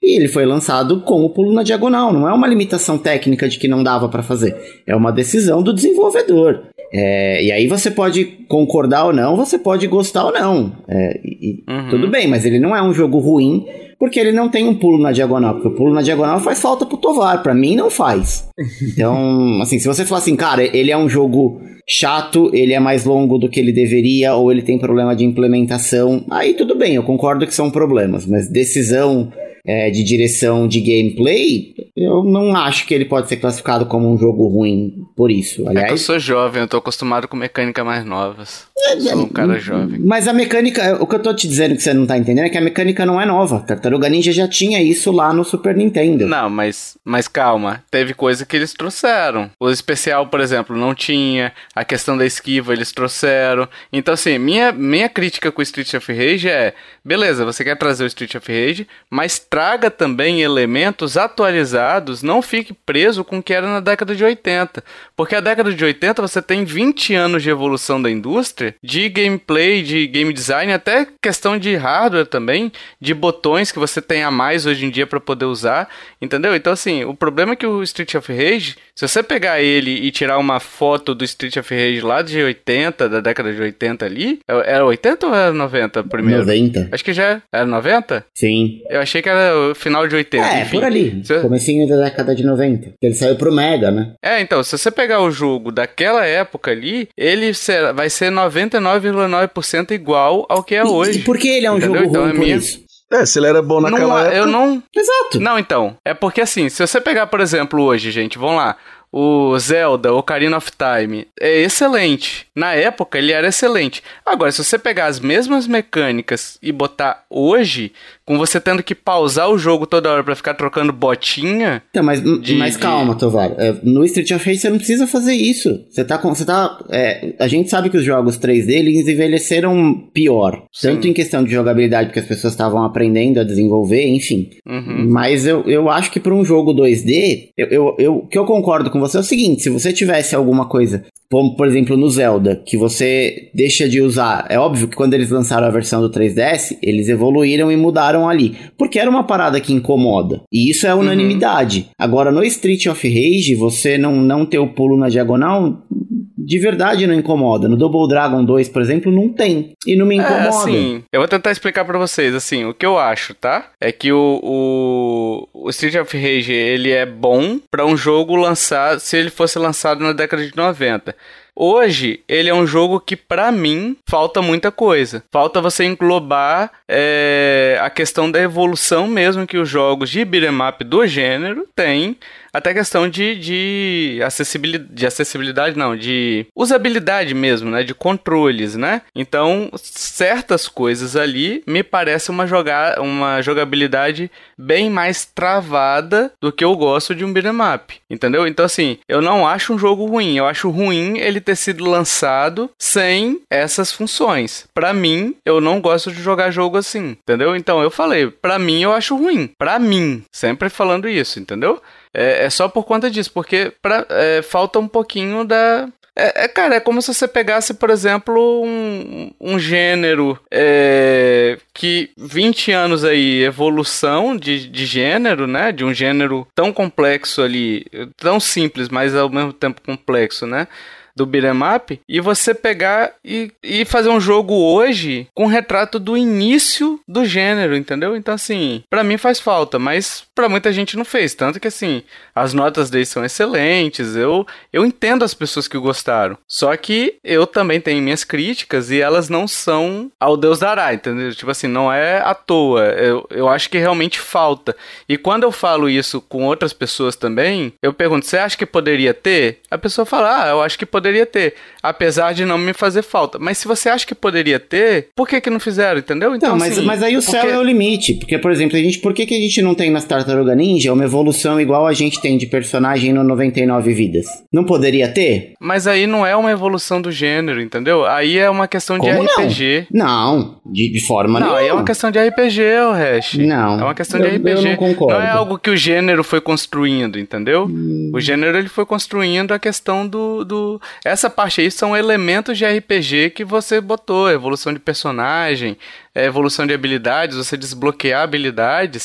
[SPEAKER 3] e ele foi lançado com o pulo na diagonal. Não é uma limitação técnica de que não dava pra fazer. É uma decisão do desenvolvedor. E aí você pode concordar ou não, você pode gostar ou não. Tudo bem, mas ele não é um jogo ruim, porque ele não tem um pulo na diagonal. Porque o pulo na diagonal faz falta pro Tovar. Pra mim, não faz. Então, assim, se você falar assim, cara, ele é um jogo chato, ele é mais longo do que ele deveria, ou ele tem problema de implementação, aí tudo bem, eu concordo que são problemas, mas decisão de direção de gameplay, eu não acho que ele pode ser classificado como um jogo ruim por isso. Aliás,
[SPEAKER 1] é que eu sou jovem, eu tô acostumado com mecânicas mais novas. Sou um cara jovem.
[SPEAKER 3] Mas a mecânica, o que eu tô te dizendo que você não tá entendendo é que a mecânica não é nova. Tartaruga Ninja já tinha isso lá no Super Nintendo.
[SPEAKER 1] Não, mas calma, teve coisa que eles trouxeram. O especial, por exemplo, não tinha. A questão da esquiva eles trouxeram. Então, assim, minha crítica com o Street of Rage é: beleza, você quer trazer o Street of Rage, mas traga também elementos atualizados, não fique preso com o que era na década de 80. Porque a década de 80 você tem 20 anos de evolução da indústria, de gameplay, de game design, até questão de hardware também, de botões que você tem a mais hoje em dia para poder usar, entendeu? Então, assim, o problema é que o Street of Rage, se você pegar ele e tirar uma foto do Street of Rage lá de 80, da década de 80 ali, era 80 ou era 90 primeiro?
[SPEAKER 3] 90.
[SPEAKER 1] Acho que já era 90?
[SPEAKER 3] Sim.
[SPEAKER 1] Eu achei que era o final de 80. Enfim.
[SPEAKER 3] Por ali. Comecinho da década de 90. Ele saiu pro Mega, né?
[SPEAKER 1] Então, se você pegar o jogo daquela época ali, ele vai ser 99,9% igual ao que é hoje.
[SPEAKER 3] E por que ele é um jogo ruim por isso?
[SPEAKER 2] Se ele era bom naquela época...
[SPEAKER 3] Exato.
[SPEAKER 1] Não, então. É porque assim, se você pegar, por exemplo, hoje, gente, vamos lá. O Zelda, Ocarina of Time, é excelente. Na época, ele era excelente. Agora, se você pegar as mesmas mecânicas e botar hoje, com você tendo que pausar o jogo toda hora pra ficar trocando botinha...
[SPEAKER 3] Então, mas calma, Tovar. No Street of Rage você não precisa fazer isso. A gente sabe que os jogos 3D, eles envelheceram pior. Sim. Tanto em questão de jogabilidade, porque as pessoas estavam aprendendo a desenvolver, enfim. Uhum. Mas eu acho que para um jogo 2D, o que eu concordo com você é o seguinte: se você tivesse alguma coisa, como por exemplo no Zelda, que você deixa de usar, é óbvio que quando eles lançaram a versão do 3DS, eles evoluíram e mudaram ali, porque era uma parada que incomoda, e isso é unanimidade. Agora no Street of Rage, você não ter o pulo na diagonal, de verdade não incomoda. No Double Dragon 2, por exemplo, não tem, e não me incomoda.
[SPEAKER 1] Assim, eu vou tentar explicar pra vocês, assim, o que eu acho, tá? É que o Street of Rage, ele é bom pra um jogo lançado, se ele fosse lançado na década de 90. Hoje, ele é um jogo que, pra mim, falta muita coisa. Falta você englobar a questão da evolução mesmo que os jogos de beat'em up do gênero têm. Até questão de acessibilidade, não, de usabilidade mesmo, né, de controles, né? Então, certas coisas ali me parece uma jogabilidade bem mais travada do que eu gosto de um beat'em up, entendeu? Então, assim, eu não acho um jogo ruim, eu acho ruim ele ter sido lançado sem essas funções. Pra mim, eu não gosto de jogar jogo assim, entendeu? Então, eu falei, pra mim eu acho ruim, pra mim, sempre falando isso, entendeu? É só por conta disso, porque falta um pouquinho da... Cara, é como se você pegasse, por exemplo, um gênero que 20 anos aí, evolução de gênero, né? De um gênero tão complexo ali, tão simples, mas ao mesmo tempo complexo, né? Do beat'em up, e você pegar e fazer um jogo hoje com um retrato do início do gênero, entendeu? Então, assim, pra mim faz falta, mas pra muita gente não fez, tanto que, assim, as notas deles são excelentes, eu entendo as pessoas que gostaram, só que eu também tenho minhas críticas e elas não são ao Deus dará, entendeu? Tipo assim, não é à toa, eu acho que realmente falta, e quando eu falo isso com outras pessoas também, eu pergunto, você acha que poderia ter? A pessoa fala, eu acho que poderia ter, apesar de não me fazer falta. Mas se você acha que poderia ter, por que não fizeram, entendeu? Então,
[SPEAKER 3] não,
[SPEAKER 1] assim,
[SPEAKER 3] mas aí o céu é o limite, porque, por exemplo, por que a gente não tem nas Tartaruga Ninja uma evolução igual a gente tem de personagem no 99 Vidas? Não poderia ter?
[SPEAKER 1] Mas aí não é uma evolução do gênero, entendeu? Aí é uma questão de RPG.
[SPEAKER 3] Não, de forma nenhuma.
[SPEAKER 1] Não, aí é uma questão de RPG, o Hash.
[SPEAKER 3] Não.
[SPEAKER 1] É uma questão de RPG.
[SPEAKER 3] Eu não concordo.
[SPEAKER 1] Não é algo que o gênero foi construindo, entendeu? O gênero, ele foi construindo a questão do... Essa parte aí são elementos de RPG que você botou, evolução de personagem, evolução de habilidades, você desbloquear habilidades.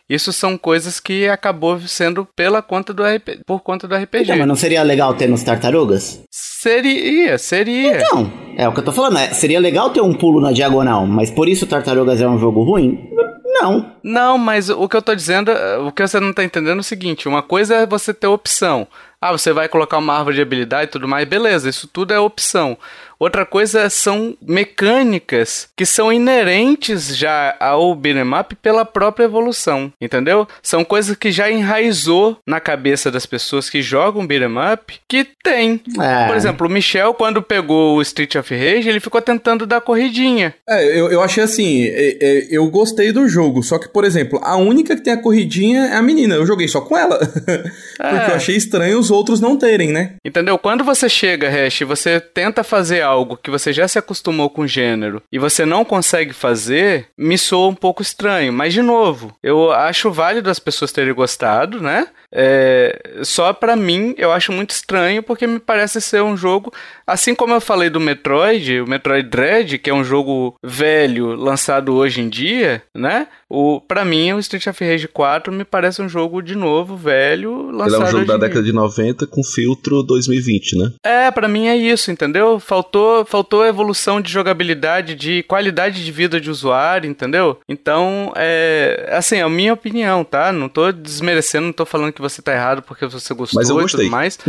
[SPEAKER 1] Isso são coisas que acabou sendo por conta do RPG.
[SPEAKER 3] Então, mas não seria legal ter nos Tartarugas?
[SPEAKER 1] Seria.
[SPEAKER 3] Então, é o que eu tô falando, seria legal ter um pulo na diagonal, mas por isso Tartarugas é um jogo ruim? Não.
[SPEAKER 1] Não, mas o que eu tô dizendo, o que você não tá entendendo é o seguinte, uma coisa é você ter opção. Você vai colocar uma árvore de habilidade e tudo mais, beleza, isso tudo é opção. Outra coisa são mecânicas que são inerentes já ao beat'em up pela própria evolução, entendeu? São coisas que já enraizou na cabeça das pessoas que jogam beat'em up, que tem. Por exemplo, o Michel, quando pegou o Street of Rage, ele ficou tentando dar corridinha.
[SPEAKER 4] Eu achei assim, eu gostei do jogo, só que, por exemplo, a única que tem a corridinha é a menina, eu joguei só com ela, porque eu achei estranho os outros não terem, né?
[SPEAKER 1] Entendeu? Quando você chega, Hash, você tenta fazer algo que você já se acostumou com o gênero e você não consegue fazer, me soa um pouco estranho. Mas, de novo, eu acho válido as pessoas terem gostado, né? Só pra mim, eu acho muito estranho porque me parece ser um jogo, assim como eu falei do Metroid, o Metroid Dread, que é um jogo velho, lançado hoje em dia, né? Pra mim, o Street of Rage 4 me parece um jogo de novo, velho, lançado hoje em dia.
[SPEAKER 2] Ele é um jogo da década de 90 com filtro 2020, né?
[SPEAKER 1] Pra mim é isso, entendeu? Faltou evolução de jogabilidade, de qualidade de vida de usuário, entendeu? Então, assim, é a minha opinião, tá? Não tô desmerecendo, não tô falando que você tá errado porque você gostou.
[SPEAKER 2] Mas eu
[SPEAKER 1] e
[SPEAKER 2] gostei.
[SPEAKER 1] tudo mais.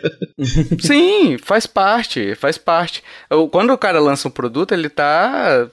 [SPEAKER 1] Sim, faz parte. Quando o cara lança um produto, ele tá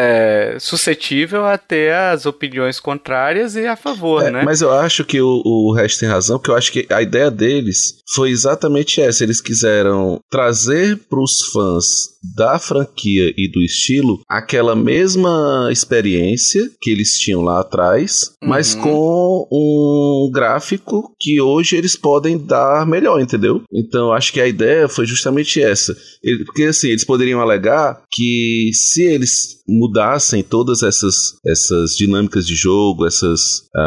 [SPEAKER 1] suscetível a ter as opiniões contrárias e a favor, né?
[SPEAKER 2] Mas eu acho que o Hash tem razão, porque eu acho que a ideia deles foi exatamente essa. Eles quiseram trazer pros fãs da franquia e do estilo aquela mesma experiência que eles tinham lá atrás, mas com um gráfico que hoje eles podem dar melhor, entendeu? Então acho que a ideia foi justamente essa. Porque assim, eles poderiam alegar que se eles mudassem todas essas dinâmicas de jogo, essas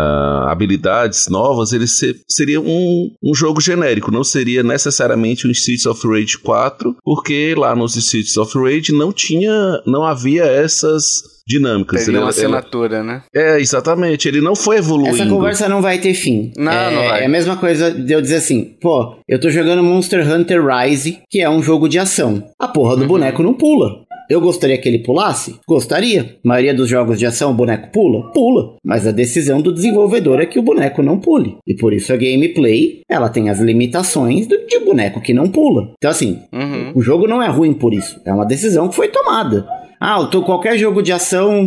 [SPEAKER 2] habilidades novas, eles seria um jogo genérico, não seria necessariamente um Streets of Rage 4, porque lá nos Streets of Rage não havia essas dinâmicas.
[SPEAKER 1] Teria uma assinatura, né?
[SPEAKER 2] Exatamente. Ele não foi evoluindo.
[SPEAKER 3] Essa conversa não vai ter fim.
[SPEAKER 1] Não vai.
[SPEAKER 3] É a mesma coisa de eu dizer assim, eu tô jogando Monster Hunter Rise, que é um jogo de ação. A porra do boneco não pula. Eu gostaria que ele pulasse? Gostaria. A maioria dos jogos de ação, o boneco pula? Pula. Mas a decisão do desenvolvedor é que o boneco não pule. E por isso a gameplay, ela tem as limitações de boneco que não pula. Então assim, o jogo não é ruim por isso. É uma decisão que foi tomada. Qualquer jogo de ação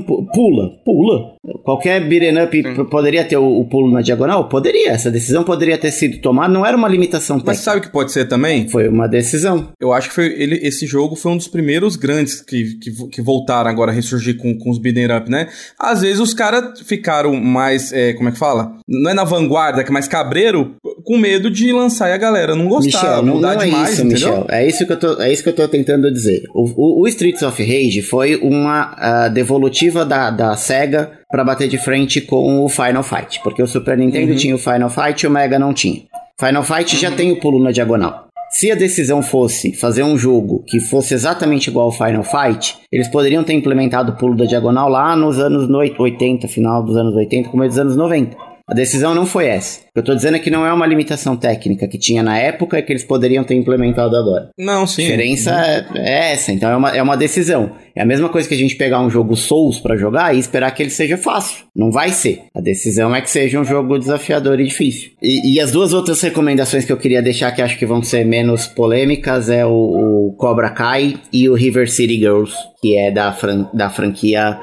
[SPEAKER 3] pula. Qualquer beat'em up poderia ter o pulo na diagonal? Poderia. Essa decisão poderia ter sido tomada. Não era uma limitação técnica.
[SPEAKER 4] Mas sabe o que pode ser também?
[SPEAKER 3] Foi uma decisão.
[SPEAKER 4] Eu acho que esse jogo foi um dos primeiros grandes que voltaram agora a ressurgir com os beat'em up, né? Às vezes os caras ficaram mais, como é que fala? Não é na vanguarda, que é mais cabreiro, com medo de lançar e a galera não gostar,
[SPEAKER 3] Michel,
[SPEAKER 4] mudar
[SPEAKER 3] não
[SPEAKER 4] demais,
[SPEAKER 3] é isso,
[SPEAKER 4] entendeu?
[SPEAKER 3] Michel. É isso que eu tô tentando dizer. O Streets of Rage foi uma devolutiva da SEGA pra bater de frente com o Final Fight, porque o Super Nintendo tinha o Final Fight e o Mega não tinha. Final Fight já tem o pulo na diagonal. Se a decisão fosse fazer um jogo que fosse exatamente igual ao Final Fight, eles poderiam ter implementado o pulo da diagonal lá nos anos 80, final dos anos 80, começo dos anos 90. A decisão não foi essa. O que eu tô dizendo é que não é uma limitação técnica que tinha na época e que eles poderiam ter implementado agora.
[SPEAKER 4] Não, sim.
[SPEAKER 3] A diferença é essa, então é uma decisão. É a mesma coisa que a gente pegar um jogo Souls pra jogar e esperar que ele seja fácil. Não vai ser. A decisão é que seja um jogo desafiador e difícil. E as duas outras recomendações que eu queria deixar, que acho que vão ser menos polêmicas, é o Cobra Kai e o River City Girls, que é da franquia...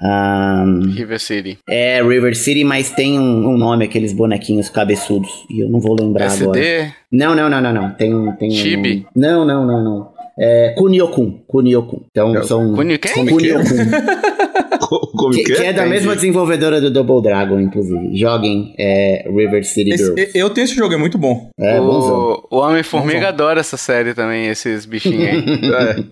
[SPEAKER 1] River City.
[SPEAKER 3] É River City, mas tem um nome, aqueles bonequinhos cabeçudos, e eu não vou lembrar
[SPEAKER 1] SD?
[SPEAKER 3] agora. Não. Tem
[SPEAKER 1] Chibi?
[SPEAKER 3] Não. É Kunio-kun. Então são Kunio-kun. Que é da mesma desenvolvedora do Double Dragon, inclusive. Joguem River City Girls.
[SPEAKER 4] Eu tenho esse jogo, é muito bom.
[SPEAKER 3] Bonzão.
[SPEAKER 1] O Homem-Formiga adora essa série também, esses bichinhos aí.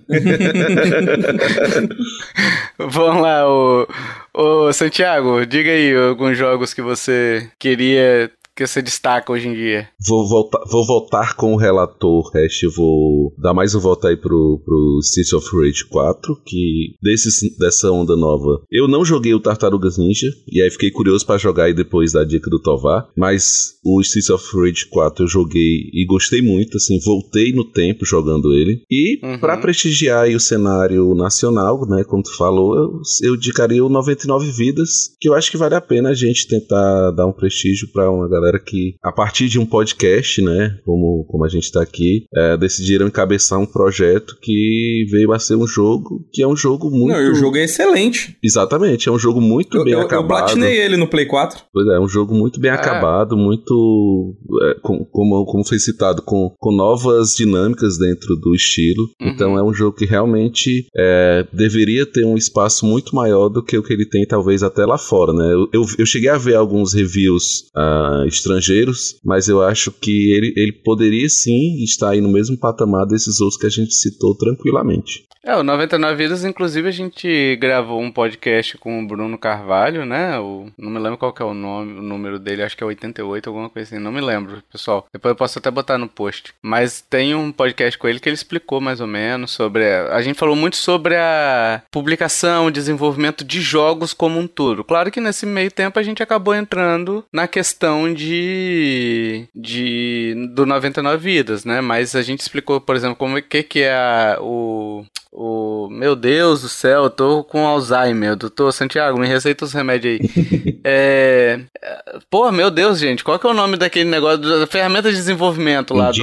[SPEAKER 1] Vamos lá, ô Santiago, diga aí alguns jogos que você queria que você destaca hoje em dia?
[SPEAKER 2] Vou voltar com o relator, Hash, vou dar mais um voto aí pro Streets of Rage 4, que dessa onda nova, eu não joguei o Tartarugas Ninja, e aí fiquei curioso pra jogar aí depois da dica do Tovar, mas o Streets of Rage 4 eu joguei e gostei muito, assim, voltei no tempo jogando ele, e pra prestigiar aí o cenário nacional, né, como tu falou, eu indicaria o 99 Vidas, que eu acho que vale a pena a gente tentar dar um prestígio pra uma galera que, a partir de um podcast, né, como a gente tá aqui, decidiram encabeçar um projeto que veio a ser um jogo que é um jogo muito...
[SPEAKER 4] Não, o jogo é excelente.
[SPEAKER 2] Exatamente, é um jogo muito bem acabado.
[SPEAKER 4] Eu platinei ele no Play 4.
[SPEAKER 2] Pois é um jogo muito bem acabado, muito, como foi citado, com novas dinâmicas dentro do estilo. Então é um jogo que realmente deveria ter um espaço muito maior do que o que ele tem talvez até lá fora, né? Eu cheguei a ver alguns reviews estrangeiros, mas eu acho que ele poderia sim estar aí no mesmo patamar desses outros que a gente citou tranquilamente.
[SPEAKER 1] O 99 Vidas, inclusive, a gente gravou um podcast com o Bruno Carvalho, né? Não me lembro qual que é o número dele, acho que é 88, alguma coisa assim, não me lembro, pessoal. Depois eu posso até botar no post. Mas tem um podcast com ele que ele explicou mais ou menos sobre... A gente falou muito sobre a publicação, desenvolvimento de jogos como um todo. Claro que nesse meio tempo a gente acabou entrando na questão do 99 Vidas, né? Mas a gente explicou, por exemplo, como que é meu Deus do céu, eu tô com Alzheimer. Doutor Santiago, me receita os remédios aí. Pô, meu Deus, gente, qual que é o nome daquele negócio, da ferramenta de desenvolvimento lá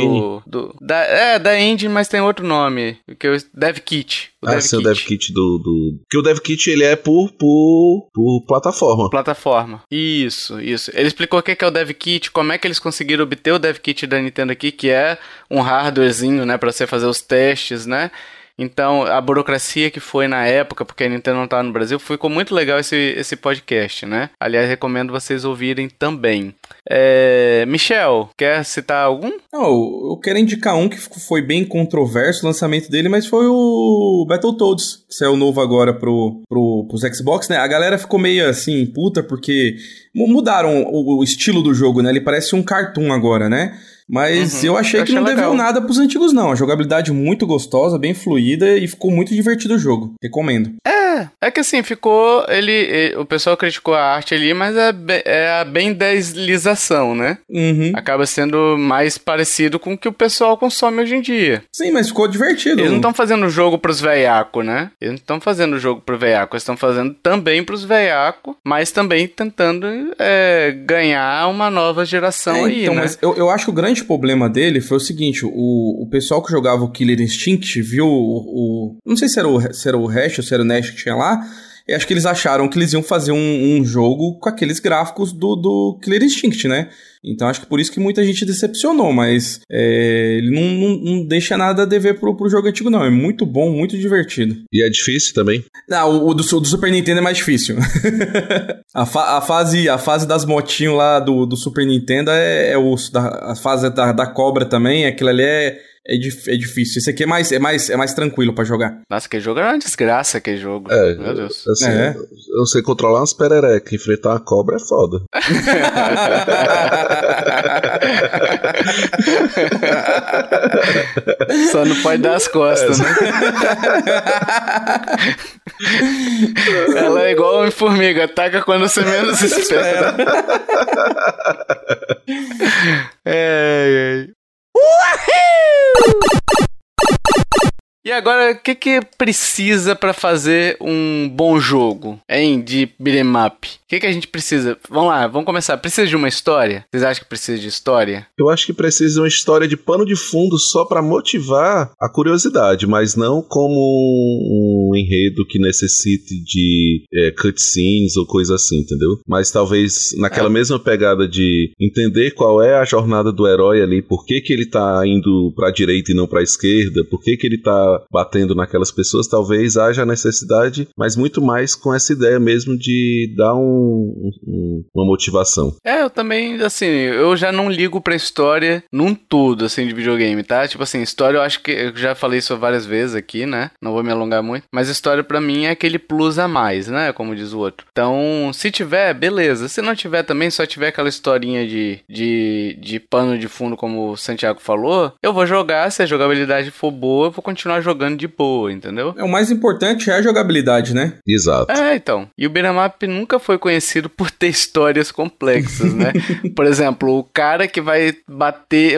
[SPEAKER 1] da Engine, mas tem outro nome, que é o DevKit.
[SPEAKER 2] O DevKit Porque o DevKit, ele é por plataforma.
[SPEAKER 1] Plataforma. Isso. Ele explicou o que é o DevKit, como é que eles conseguiram obter o DevKit da Nintendo aqui, que é um hardwarezinho, né, pra você fazer os testes, né? Então, a burocracia que foi na época, porque a Nintendo não estava no Brasil, ficou muito legal esse podcast, né? Aliás, recomendo vocês ouvirem também. Michel, quer citar algum?
[SPEAKER 4] Não, eu quero indicar um que foi bem controverso o lançamento dele, mas foi o Battletoads, que saiu novo agora pros Xbox, né? A galera ficou meio assim, puta, porque mudaram o estilo do jogo, né? Ele parece um cartoon agora, né? Mas eu achei que não deveu nada pros antigos, não. A jogabilidade muito gostosa, bem fluida e ficou muito divertido o jogo. Recomendo.
[SPEAKER 1] É que assim, ficou... o pessoal criticou a arte ali, mas é a bem deslização, né? Acaba sendo mais parecido com o que o pessoal consome hoje em dia.
[SPEAKER 4] Sim, mas ficou divertido.
[SPEAKER 1] Eles não estão fazendo o jogo pros veiacos, né? Eles não estão fazendo o jogo pro veiaco, eles estão fazendo também pros veiacos, mas também tentando ganhar uma nova geração aí, então, né?
[SPEAKER 4] Mas eu acho que o grande problema dele foi o seguinte, o pessoal que jogava o Killer Instinct viu não sei se era o Hash ou se era o Nash que tinha lá, eu acho que eles acharam que eles iam fazer um jogo com aqueles gráficos do Killer Instinct, né? Então acho que por isso que muita gente decepcionou, mas ele não deixa nada a dever pro jogo antigo, não. É muito bom, muito divertido.
[SPEAKER 2] E é difícil também?
[SPEAKER 4] Não, o do Super Nintendo é mais difícil. a fase das motinhos lá do Super Nintendo é osso. A fase da cobra também, aquilo ali é difícil. Esse aqui é mais tranquilo pra jogar.
[SPEAKER 1] Nossa, aquele jogo era uma desgraça, aquele jogo. Meu Deus.
[SPEAKER 2] Assim, eu sei controlar umas pererecas, enfrentar uma cobra é foda.
[SPEAKER 1] Só não pode dar as costas, né? Ela é igual Homem-Formiga, ataca quando você menos espera. E agora, o que precisa pra fazer um bom jogo, hein, de beat'em up? O que a gente precisa? Vamos lá, vamos começar. Precisa de uma história? Vocês acham que precisa de história?
[SPEAKER 2] Eu acho que precisa de uma história de pano de fundo só pra motivar a curiosidade, mas não como um enredo que necessite de cutscenes ou coisa assim, entendeu? Mas talvez naquela mesma pegada de entender qual é a jornada do herói ali, por que ele tá indo pra direita e não pra esquerda, por que ele tá tá batendo naquelas pessoas, talvez haja necessidade, mas muito mais com essa ideia mesmo de dar uma motivação.
[SPEAKER 1] Eu também, assim, eu já não ligo pra história num todo, assim, de videogame, tá? Tipo assim, história eu acho que, eu já falei isso várias vezes aqui, né? Não vou me alongar muito, mas história pra mim é aquele plus a mais, né? Como diz o outro. Então, se tiver, beleza. Se não tiver também, só tiver aquela historinha de pano de fundo, como o Santiago falou, eu vou jogar, se a jogabilidade for boa, eu vou continuar jogando de boa, entendeu?
[SPEAKER 4] O mais importante é a jogabilidade, né?
[SPEAKER 2] Exato.
[SPEAKER 1] Então. E o beat'em up nunca foi conhecido por ter histórias complexas, né? Por exemplo, o cara que vai bater,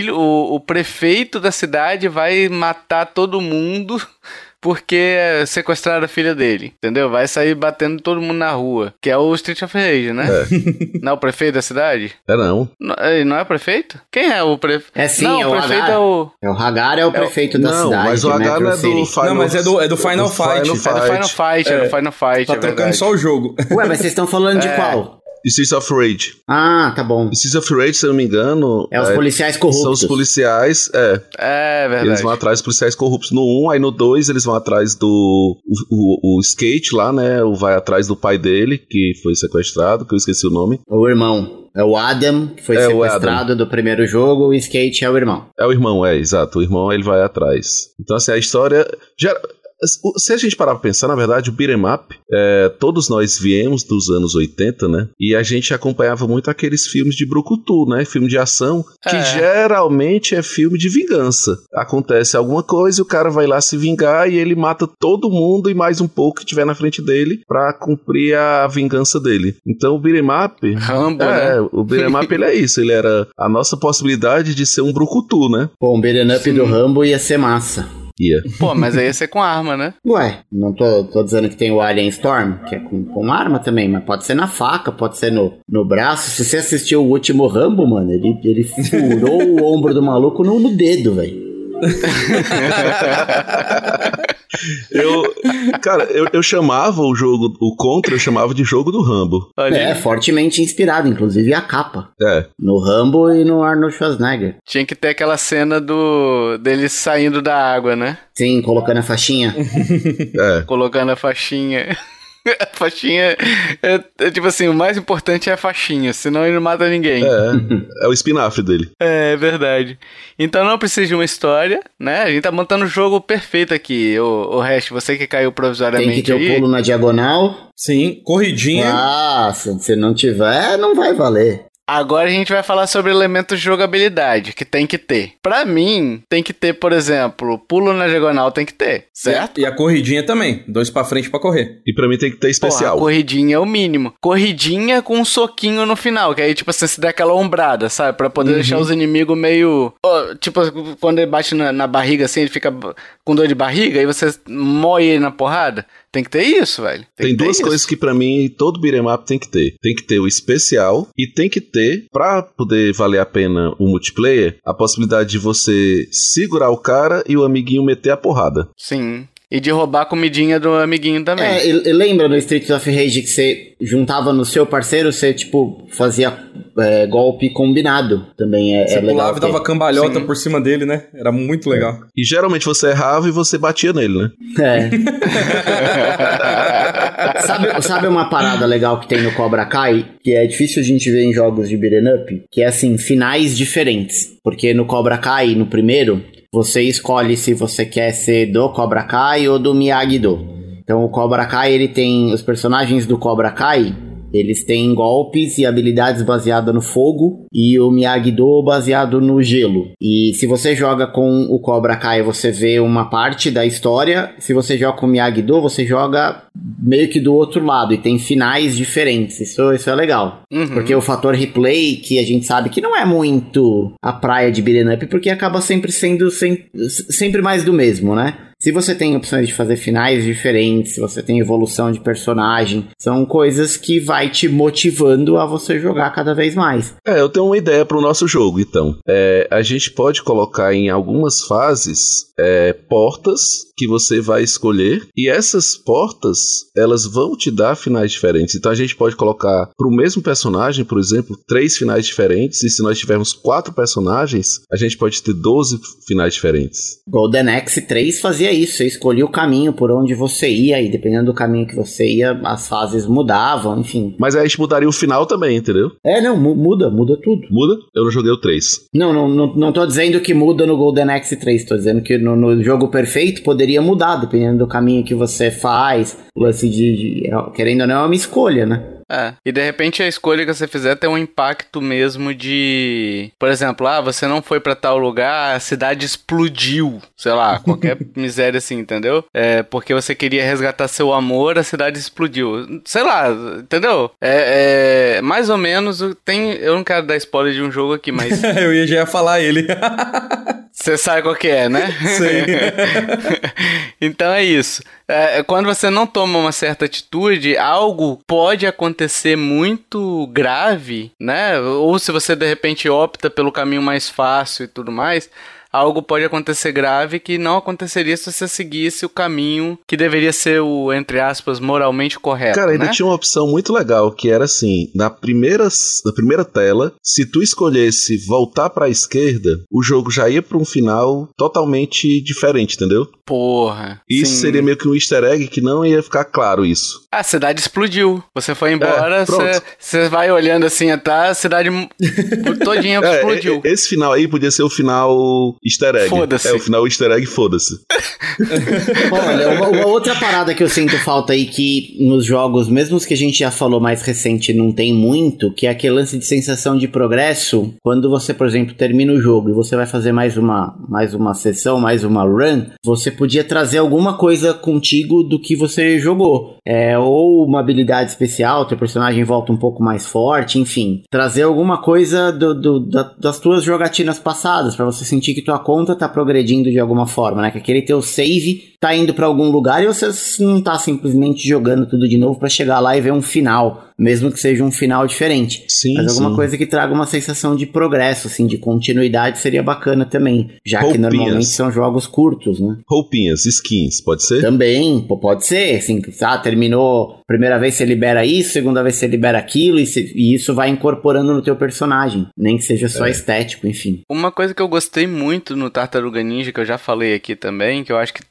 [SPEAKER 1] o prefeito da cidade vai matar todo mundo porque sequestraram a filha dele, entendeu? Vai sair batendo todo mundo na rua, que é o Street of Rage, né? Não é o prefeito da cidade?
[SPEAKER 2] Não.
[SPEAKER 1] Não é o prefeito? Quem é o prefeito?
[SPEAKER 3] É sim,
[SPEAKER 1] não,
[SPEAKER 3] é
[SPEAKER 1] o prefeito
[SPEAKER 3] Hagar.
[SPEAKER 1] É o
[SPEAKER 3] Hagar é o prefeito da cidade.
[SPEAKER 2] Não, mas o Hagar não é do Final...
[SPEAKER 4] Não, mas é do Final Fight.
[SPEAKER 1] É do Final Fight, é do Final Fight,
[SPEAKER 4] Tá trocando só o jogo.
[SPEAKER 3] Ué, mas vocês estão falando de qual?
[SPEAKER 2] Streets of Rage.
[SPEAKER 3] Ah, tá bom.
[SPEAKER 2] Streets of Rage, se eu não me engano...
[SPEAKER 3] É os policiais corruptos.
[SPEAKER 2] São os policiais,
[SPEAKER 1] É verdade.
[SPEAKER 2] Eles vão atrás dos policiais corruptos no 1, aí no 2 eles vão atrás do... O Skate lá, né? Vai atrás do pai dele, que foi sequestrado, que eu esqueci o nome.
[SPEAKER 3] O irmão. É o Adam, que foi sequestrado do primeiro jogo, o Skate é o irmão.
[SPEAKER 2] É o irmão, exato. O irmão, ele vai atrás. Então, assim, a história... Se a gente parar pra pensar, na verdade, o beat'em up, todos nós viemos dos anos 80, né? E a gente acompanhava muito aqueles filmes de brucutu, né? Filme de ação, que geralmente é filme de vingança. Acontece alguma coisa e o cara vai lá se vingar e ele mata todo mundo e mais um pouco que tiver na frente dele pra cumprir a vingança dele. Então o beat'em up...
[SPEAKER 1] Rambo, né?
[SPEAKER 2] O beat'em up, ele é isso. Ele era a nossa possibilidade de ser um brucutu, né?
[SPEAKER 3] Pô, um beat'em up do Rambo ia ser massa.
[SPEAKER 1] Pô, mas aí ia ser com arma, né?
[SPEAKER 3] Ué, não tô dizendo que tem o Alien Storm, que é com arma também, mas pode ser na faca, pode ser no braço. Se você assistiu o último Rambo, mano, ele furou o ombro do maluco no dedo, velho.
[SPEAKER 2] Eu chamava o jogo, o Contra, eu chamava de jogo do Rambo.
[SPEAKER 3] Fortemente inspirado, inclusive a capa. No Rambo e no Arnold Schwarzenegger.
[SPEAKER 1] Tinha que ter aquela cena dele saindo da água, né?
[SPEAKER 3] Sim, colocando a faixinha.
[SPEAKER 1] Colocando a faixinha. A faixinha tipo assim, o mais importante é a faixinha, senão ele não mata ninguém.
[SPEAKER 2] É o espinafre dele.
[SPEAKER 1] É verdade. Então não precisa de uma história, né? A gente tá montando o jogo perfeito aqui. O resto, você que caiu provisoriamente.
[SPEAKER 3] Tem que ter o pulo na diagonal.
[SPEAKER 4] Sim, corridinha.
[SPEAKER 3] Se não tiver, não vai valer.
[SPEAKER 1] Agora a gente vai falar sobre elementos de jogabilidade, que tem que ter. Pra mim, tem que ter, por exemplo, pulo na diagonal tem que ter, certo?
[SPEAKER 4] E a corridinha também, 2 pra frente pra correr.
[SPEAKER 2] E pra mim tem que ter especial.
[SPEAKER 1] A corridinha é o mínimo. Corridinha com um soquinho no final, que aí, tipo, você se dá aquela ombrada, sabe? Pra poder deixar os inimigos meio... tipo, quando ele bate na barriga, assim, ele fica com dor de barriga, aí você moe ele na porrada. Tem que ter isso, velho.
[SPEAKER 2] Tem duas coisas que pra mim todo beat'em up tem que ter. Tem que ter o especial e tem que ter, pra poder valer a pena o multiplayer, a possibilidade de você segurar o cara e o amiguinho meter a porrada.
[SPEAKER 1] Sim. E de roubar a comidinha do amiguinho também.
[SPEAKER 3] E lembra no Streets of Rage que você juntava no seu parceiro, você, tipo, fazia golpe combinado. Também é legal. Você
[SPEAKER 4] pulava e dava cambalhota por cima dele, né? Era muito legal.
[SPEAKER 2] E geralmente você errava e você batia nele, né?
[SPEAKER 3] Sabe uma parada legal que tem no Cobra Kai? Que é difícil a gente ver em jogos de beat'em up? Que é, assim, finais diferentes. Porque no Cobra Kai, no primeiro... Você escolhe se você quer ser do Cobra Kai ou do Miyagi-Do. Então o Cobra Kai, ele tem... Os personagens do Cobra Kai, eles têm golpes e habilidades baseadas no fogo e o Miyagi-Do baseado no gelo. E se você joga com o Cobra Kai, você vê uma parte da história. Se você joga com o Miyagi-Do, você joga meio que do outro lado e tem finais diferentes. Isso é legal. Porque o fator replay, que a gente sabe que não é muito a praia de beat'em up, porque acaba sempre sendo sempre mais do mesmo, né? Se você tem opções de fazer finais diferentes, se você tem evolução de personagem, são coisas que vai te motivando a você jogar cada vez mais.
[SPEAKER 2] Eu tenho uma ideia pro nosso jogo, então. A gente pode colocar em algumas fases portas que você vai escolher, e essas portas, elas vão te dar finais diferentes. Então a gente pode colocar pro mesmo personagem, por exemplo, 3 finais diferentes, e se nós tivermos 4 personagens, a gente pode ter 12 finais diferentes.
[SPEAKER 3] Golden Axe 3 fazia isso, você escolhia o caminho por onde você ia, e dependendo do caminho que você ia, as fases mudavam, enfim.
[SPEAKER 2] Mas aí a gente mudaria o final também, entendeu?
[SPEAKER 3] Não, muda tudo.
[SPEAKER 2] Muda? Eu não joguei o 3.
[SPEAKER 3] Não tô dizendo que muda no Golden Axe 3, tô dizendo que no jogo perfeito poderia mudar, dependendo do caminho que você faz, o lance querendo ou não, é uma escolha, né?
[SPEAKER 1] E de repente a escolha que você fizer tem um impacto mesmo de... Por exemplo, você não foi pra tal lugar, a cidade explodiu. Sei lá, qualquer miséria assim, entendeu? Porque você queria resgatar seu amor, a cidade explodiu. Sei lá, entendeu? Mais ou menos, eu não quero dar spoiler de um jogo aqui, mas...
[SPEAKER 4] Eu já ia falar ele.
[SPEAKER 1] Você sabe qual que é, né?
[SPEAKER 4] Sim.
[SPEAKER 1] Então é isso. Quando você não toma uma certa atitude, algo pode acontecer muito grave, né? Ou se você de repente opta pelo caminho mais fácil e tudo mais, algo pode acontecer grave que não aconteceria se você seguisse o caminho que deveria ser o, entre aspas, moralmente correto.
[SPEAKER 2] Cara, ainda tinha uma opção muito legal, que era assim, na primeira tela, se tu escolhesse voltar pra esquerda, o jogo já ia pra um final totalmente diferente, entendeu?
[SPEAKER 1] Porra.
[SPEAKER 2] Isso
[SPEAKER 1] sim.
[SPEAKER 2] seria meio que um easter egg que não ia ficar claro isso.
[SPEAKER 1] A cidade explodiu. Você foi embora, você vai olhando assim atrás, a cidade todinha explodiu.
[SPEAKER 2] Esse final aí podia ser o final easter egg.
[SPEAKER 1] Foda-se.
[SPEAKER 2] O final easter egg, foda-se.
[SPEAKER 3] Olha, uma outra parada que eu sinto falta aí que nos jogos, mesmo os que a gente já falou mais recente, não tem muito, que é aquele lance de sensação de progresso, quando você, por exemplo, termina o jogo e você vai fazer mais uma sessão, mais uma run, você podia trazer alguma coisa contigo do que você jogou. Ou uma habilidade especial, teu personagem volta um pouco mais forte, enfim. Trazer alguma coisa das tuas jogatinas passadas, pra você sentir que tua conta tá progredindo de alguma forma, né? Que aquele teu save tá indo pra algum lugar e você não tá simplesmente jogando tudo de novo pra chegar lá e ver um final, mesmo que seja um final diferente.
[SPEAKER 2] Sim,
[SPEAKER 3] mas alguma coisa que traga uma sensação de progresso, assim, de continuidade seria bacana também, já que normalmente são jogos curtos, né?
[SPEAKER 2] Roupinhas, skins, pode ser?
[SPEAKER 3] Também, pode ser, assim, terminou, primeira vez você libera isso, segunda vez você libera aquilo, e isso vai incorporando no teu personagem, nem que seja só estético, enfim.
[SPEAKER 1] Uma coisa que eu gostei muito no Tartaruga Ninja, que eu já falei aqui também, que eu acho que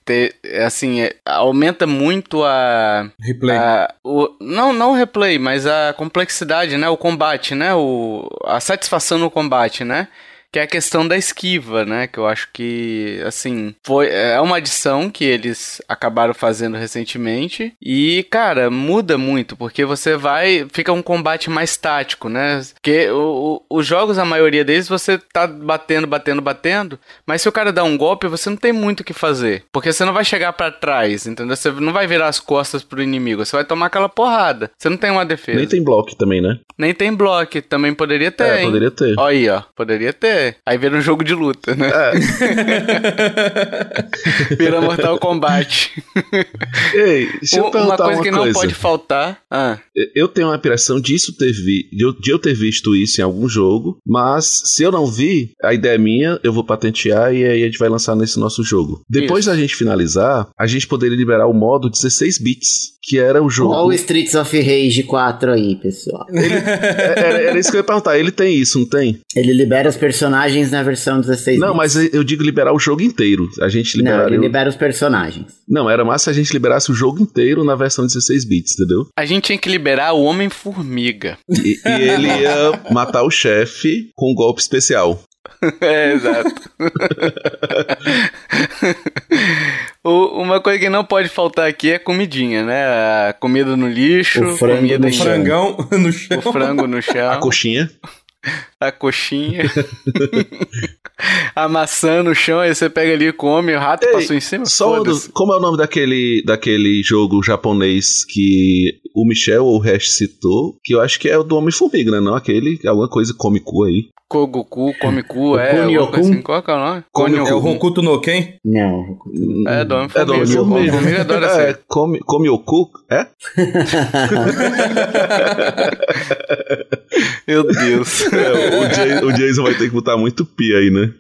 [SPEAKER 1] aumenta muito a...
[SPEAKER 4] Replay.
[SPEAKER 1] Não o replay, mas a complexidade, né? O combate, né? A satisfação no combate, né? Que é a questão da esquiva, né? Que eu acho que, assim, é uma adição que eles acabaram fazendo recentemente. E, cara, muda muito, porque fica um combate mais tático, né? Porque os jogos, a maioria deles, você tá batendo, mas se o cara dá um golpe, você não tem muito o que fazer. Porque você não vai chegar pra trás, entendeu? Você não vai virar as costas pro inimigo, você vai tomar aquela porrada. Você não tem uma defesa.
[SPEAKER 2] Nem tem bloco também, né?
[SPEAKER 1] Nem tem bloco, também poderia ter, hein?
[SPEAKER 2] Poderia ter.
[SPEAKER 1] Olha aí, ó, poderia ter. Aí vira um jogo de luta, né? Vira Mortal Kombat.
[SPEAKER 2] Ei, deixa eu perguntar uma coisa.
[SPEAKER 1] Que não pode faltar.
[SPEAKER 2] Eu tenho uma impressão de eu ter visto isso em algum jogo, mas se eu não vi, a ideia é minha, eu vou patentear e aí a gente vai lançar nesse nosso jogo. Depois da gente finalizar, a gente poderia liberar o modo 16 bits, que era o jogo...
[SPEAKER 3] Olha o Streets of Rage 4 aí, pessoal.
[SPEAKER 2] Era isso que eu ia perguntar, ele tem isso, não tem?
[SPEAKER 3] Ele libera os personagens na versão 16 bits.
[SPEAKER 2] Não, mas eu digo liberar o jogo inteiro. A gente liberaria...
[SPEAKER 3] Não, ele libera os personagens.
[SPEAKER 2] Não, era massa se a gente liberasse o jogo inteiro na versão 16 bits, entendeu?
[SPEAKER 1] A gente tinha que liberar o Homem-Formiga.
[SPEAKER 2] E ele ia matar o chefe com um golpe especial.
[SPEAKER 1] Exato. Uma coisa que não pode faltar aqui é comidinha, né? A comida no lixo,
[SPEAKER 3] o frango
[SPEAKER 4] no frangão no chão.
[SPEAKER 1] O frango no chão.
[SPEAKER 2] A coxinha.
[SPEAKER 1] A coxinha. A maçã no chão, aí você pega ali e come, o rato passou em cima.
[SPEAKER 2] Como é o nome daquele jogo japonês que o Michel ou o Hash citou, que eu acho que é o do Homem-Formiga, né? Não aquele, alguma coisa Come-Cu aí.
[SPEAKER 1] Kogoku, Come-Cu,
[SPEAKER 3] Kunio-kun.
[SPEAKER 1] qual que é o nome?
[SPEAKER 4] É o Hokuto no Ken?
[SPEAKER 3] Não.
[SPEAKER 1] É do Homem-Formiga.
[SPEAKER 2] É do Homem-Formiga.
[SPEAKER 1] O Homem-Formiga adora
[SPEAKER 2] É,
[SPEAKER 1] assim.
[SPEAKER 2] Come-o-cu, é?
[SPEAKER 1] Meu Deus.
[SPEAKER 2] O Jason vai ter que botar muito pi aí, né?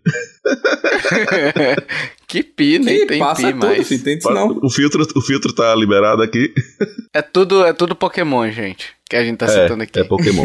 [SPEAKER 1] Que pi, nem tem
[SPEAKER 4] passa
[SPEAKER 1] pi
[SPEAKER 4] tudo,
[SPEAKER 1] mais.
[SPEAKER 4] filho, tem disso não.
[SPEAKER 2] O filtro tá liberado aqui.
[SPEAKER 1] É tudo Pokémon, gente, que a gente tá citando aqui.
[SPEAKER 2] É Pokémon.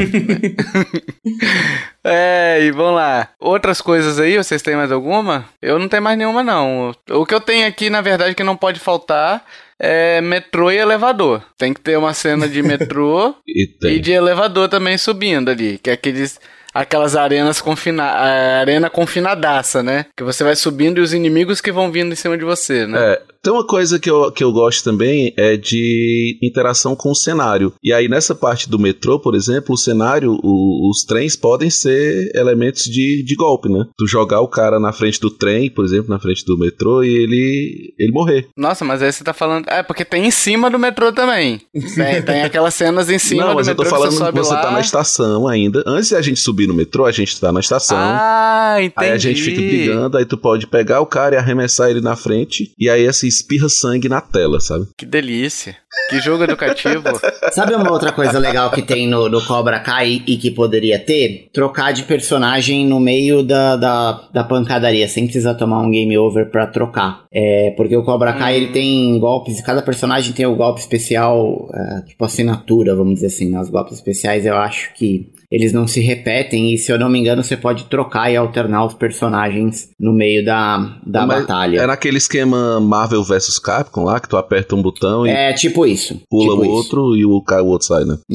[SPEAKER 1] E vamos lá. Outras coisas aí, vocês têm mais alguma? Eu não tenho mais nenhuma, não. O que eu tenho aqui, na verdade, que não pode faltar é metrô e elevador. Tem que ter uma cena de metrô e de elevador também subindo ali, que é aquelas arenas arena confinadaça, né? Que você vai subindo e os inimigos que vão vindo em cima de você, né?
[SPEAKER 2] Tem uma coisa que eu gosto também, é de interação com o cenário. E aí nessa parte do metrô, por exemplo, o cenário, os trens podem ser elementos de golpe, né? Tu jogar o cara na frente do trem, por exemplo, na frente do metrô, e ele morrer.
[SPEAKER 1] Nossa, mas aí você tá falando... porque tem em cima do metrô também. Tem aquelas cenas em cima do metrô. Não, mas eu tô falando que
[SPEAKER 2] você tá na estação ainda. Antes de a gente subir no metrô, a gente tá na estação.
[SPEAKER 1] Entendi.
[SPEAKER 2] Aí a gente fica brigando, aí tu pode pegar o cara e arremessar ele na frente, e aí assim, espirra sangue na tela, sabe?
[SPEAKER 1] Que delícia. Que jogo educativo.
[SPEAKER 3] Sabe uma outra coisa legal que tem no Cobra Kai e que poderia ter? Trocar de personagem no meio da pancadaria, sem precisar tomar um game over pra trocar. Porque o Cobra Kai ele tem golpes, cada personagem tem o golpe especial, tipo assinatura, vamos dizer assim. Os golpes especiais eu acho que eles não se repetem e, se eu não me engano, você pode trocar e alternar os personagens no meio da batalha.
[SPEAKER 2] É naquele esquema Marvel vs Capcom lá, que tu aperta um botão e...
[SPEAKER 3] É tipo isso.
[SPEAKER 2] Pula
[SPEAKER 3] tipo
[SPEAKER 2] o outro e o outro sai, né?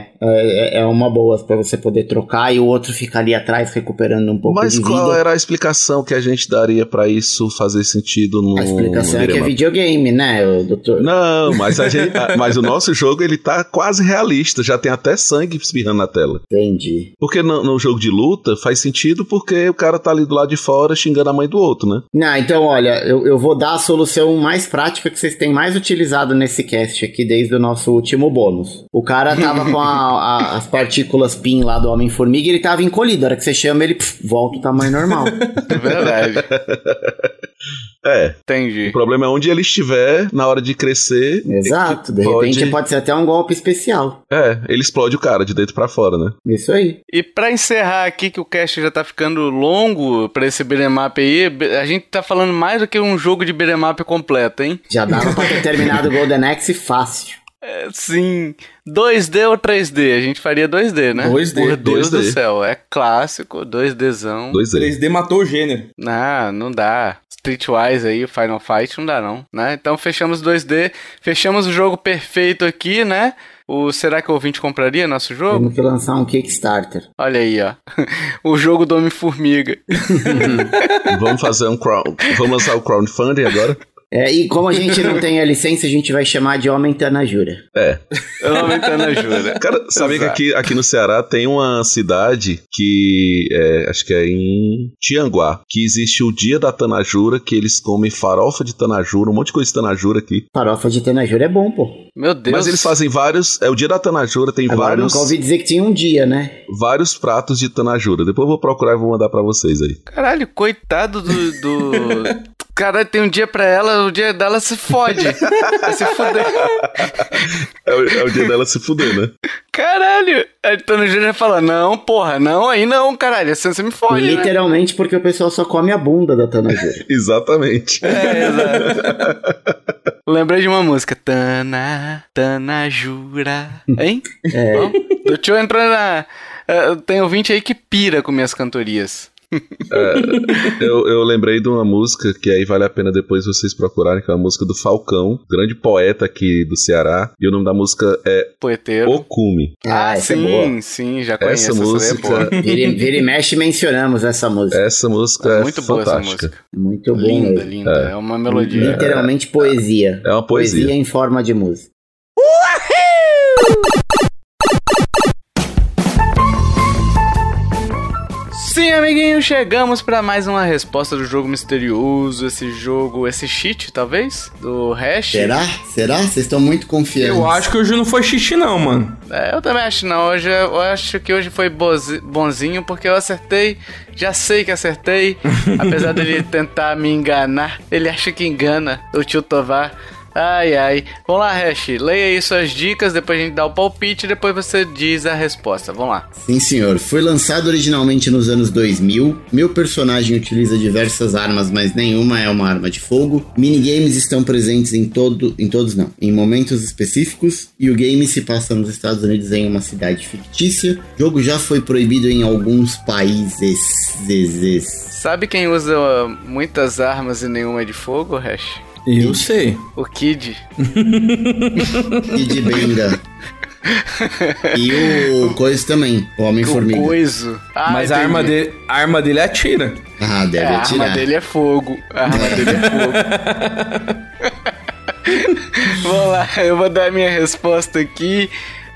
[SPEAKER 3] É uma boa pra você poder trocar e o outro fica ali atrás recuperando um pouco de vida.
[SPEAKER 2] Mas qual era a explicação que a gente daria pra isso fazer sentido no...
[SPEAKER 3] A explicação é que é videogame, né, doutor?
[SPEAKER 2] Não, mas o nosso jogo, ele tá quase realista, já tem até sangue espirrando na tela.
[SPEAKER 3] Entendi.
[SPEAKER 2] Porque no jogo de luta faz sentido porque o cara tá ali do lado de fora xingando a mãe do outro, né?
[SPEAKER 3] Não, então olha, eu vou dar a solução mais prática que vocês têm mais utilizado nesse cast aqui desde o nosso último bônus. O cara tava com as partículas PIN lá do Homem-Formiga e ele tava encolhido. A hora que você chama ele, volta o tamanho normal.
[SPEAKER 1] Verdade. Entendi.
[SPEAKER 2] O problema é onde ele estiver na hora de crescer.
[SPEAKER 3] Exato, de repente pode ser até um golpe especial.
[SPEAKER 2] Ele explode o cara de dentro pra fora, né?
[SPEAKER 3] Isso aí.
[SPEAKER 1] E pra encerrar aqui, que o cast já tá ficando longo pra esse beat'em up aí, a gente tá falando mais do que um jogo de beat'em up completo, hein?
[SPEAKER 3] Já dava pra ter terminado o Golden Axe fácil.
[SPEAKER 1] Sim. 2D ou 3D? A gente faria 2D, né?
[SPEAKER 4] 2D.
[SPEAKER 1] Por Deus
[SPEAKER 2] 2D.
[SPEAKER 1] do céu. É clássico, 2Dzão.
[SPEAKER 4] 3D matou o gênero.
[SPEAKER 1] Não dá. Streetwise aí, Final Fight, não dá não, né? Então fechamos 2D, fechamos o jogo perfeito aqui, né? Será que o ouvinte compraria nosso jogo?
[SPEAKER 3] Temos que lançar um Kickstarter.
[SPEAKER 1] Olha aí, ó. O jogo do Homem-Formiga.
[SPEAKER 2] Vamos lançar o crowdfunding agora?
[SPEAKER 3] E como a gente não tem a licença, a gente vai chamar de Homem Tanajura.
[SPEAKER 1] Homem Tanajura.
[SPEAKER 2] Cara, sabia que aqui no Ceará tem uma cidade que acho que é em Tianguá, que existe o dia da Tanajura, que eles comem farofa de Tanajura, um monte de coisa de Tanajura aqui.
[SPEAKER 3] Farofa de Tanajura é bom, pô.
[SPEAKER 1] Meu Deus.
[SPEAKER 2] Mas eles fazem vários... É o dia da Tanajura, tem
[SPEAKER 3] Agora,
[SPEAKER 2] vários...
[SPEAKER 3] nunca ouvi dizer que tinha um dia, né?
[SPEAKER 2] Vários pratos de Tanajura. Depois eu vou procurar e vou mandar pra vocês aí.
[SPEAKER 1] Caralho, coitado do... Caralho, tem um dia pra ela, o dia dela se fode. Vai se fuder.
[SPEAKER 2] É o dia dela se fuder, né?
[SPEAKER 1] Caralho. Aí Tanajura fala, não, porra, não, aí não, caralho, assim você me fode,
[SPEAKER 3] literalmente, né? Porque o pessoal só come a bunda da Tanajura.
[SPEAKER 2] Exatamente.
[SPEAKER 1] Exato. Lembrei de uma música. Tanajura. Hein? Deixa eu entrar na... Tem ouvinte aí que pira com minhas cantorias.
[SPEAKER 2] Eu lembrei de uma música que aí vale a pena depois vocês procurarem, que é uma música do Falcão, grande poeta aqui do Ceará, e o nome da música é
[SPEAKER 1] Poeteiro.
[SPEAKER 2] Okume.
[SPEAKER 3] Essa é boa.
[SPEAKER 1] Sim, já conheço.
[SPEAKER 2] Essa música...
[SPEAKER 3] Vira e mexe mencionamos essa música.
[SPEAKER 2] Essa música é
[SPEAKER 1] muito
[SPEAKER 2] fantástica.
[SPEAKER 1] Boa essa música.
[SPEAKER 3] Muito bom.
[SPEAKER 1] Linda. É uma melodia.
[SPEAKER 3] Literalmente poesia.
[SPEAKER 2] É uma poesia.
[SPEAKER 3] Poesia em forma de música.
[SPEAKER 1] Sim, amiguinho, chegamos pra mais uma resposta do jogo misterioso. Esse cheat, talvez, do Hash.
[SPEAKER 3] Será? Vocês estão muito confiantes.
[SPEAKER 4] Eu acho que hoje não foi xixi não, mano.
[SPEAKER 1] Eu também acho não, eu acho que hoje foi bonzinho, porque eu acertei, já sei que acertei, apesar dele tentar me enganar, ele acha que engana o tio Tovar. Ai. Vamos lá, Hash, leia aí suas dicas, depois a gente dá o palpite e depois você diz a resposta. Vamos lá.
[SPEAKER 3] Sim, senhor. Foi lançado originalmente nos anos 2000. Meu personagem utiliza diversas armas, mas nenhuma é uma arma de fogo. Minigames estão presentes em momentos específicos. E o game se passa nos Estados Unidos em uma cidade fictícia. O jogo já foi proibido em alguns países.
[SPEAKER 1] Sabe quem usa muitas armas e nenhuma é de fogo, Hash?
[SPEAKER 4] Eu sei.
[SPEAKER 1] O Kid.
[SPEAKER 3] Kid Benga. E o Coiso também, o Homem-Formiga.
[SPEAKER 1] O Coiso.
[SPEAKER 4] Mas a arma dele atira.
[SPEAKER 3] Deve atirar.
[SPEAKER 1] A arma dele é fogo. Vamos lá, eu vou dar a minha resposta aqui.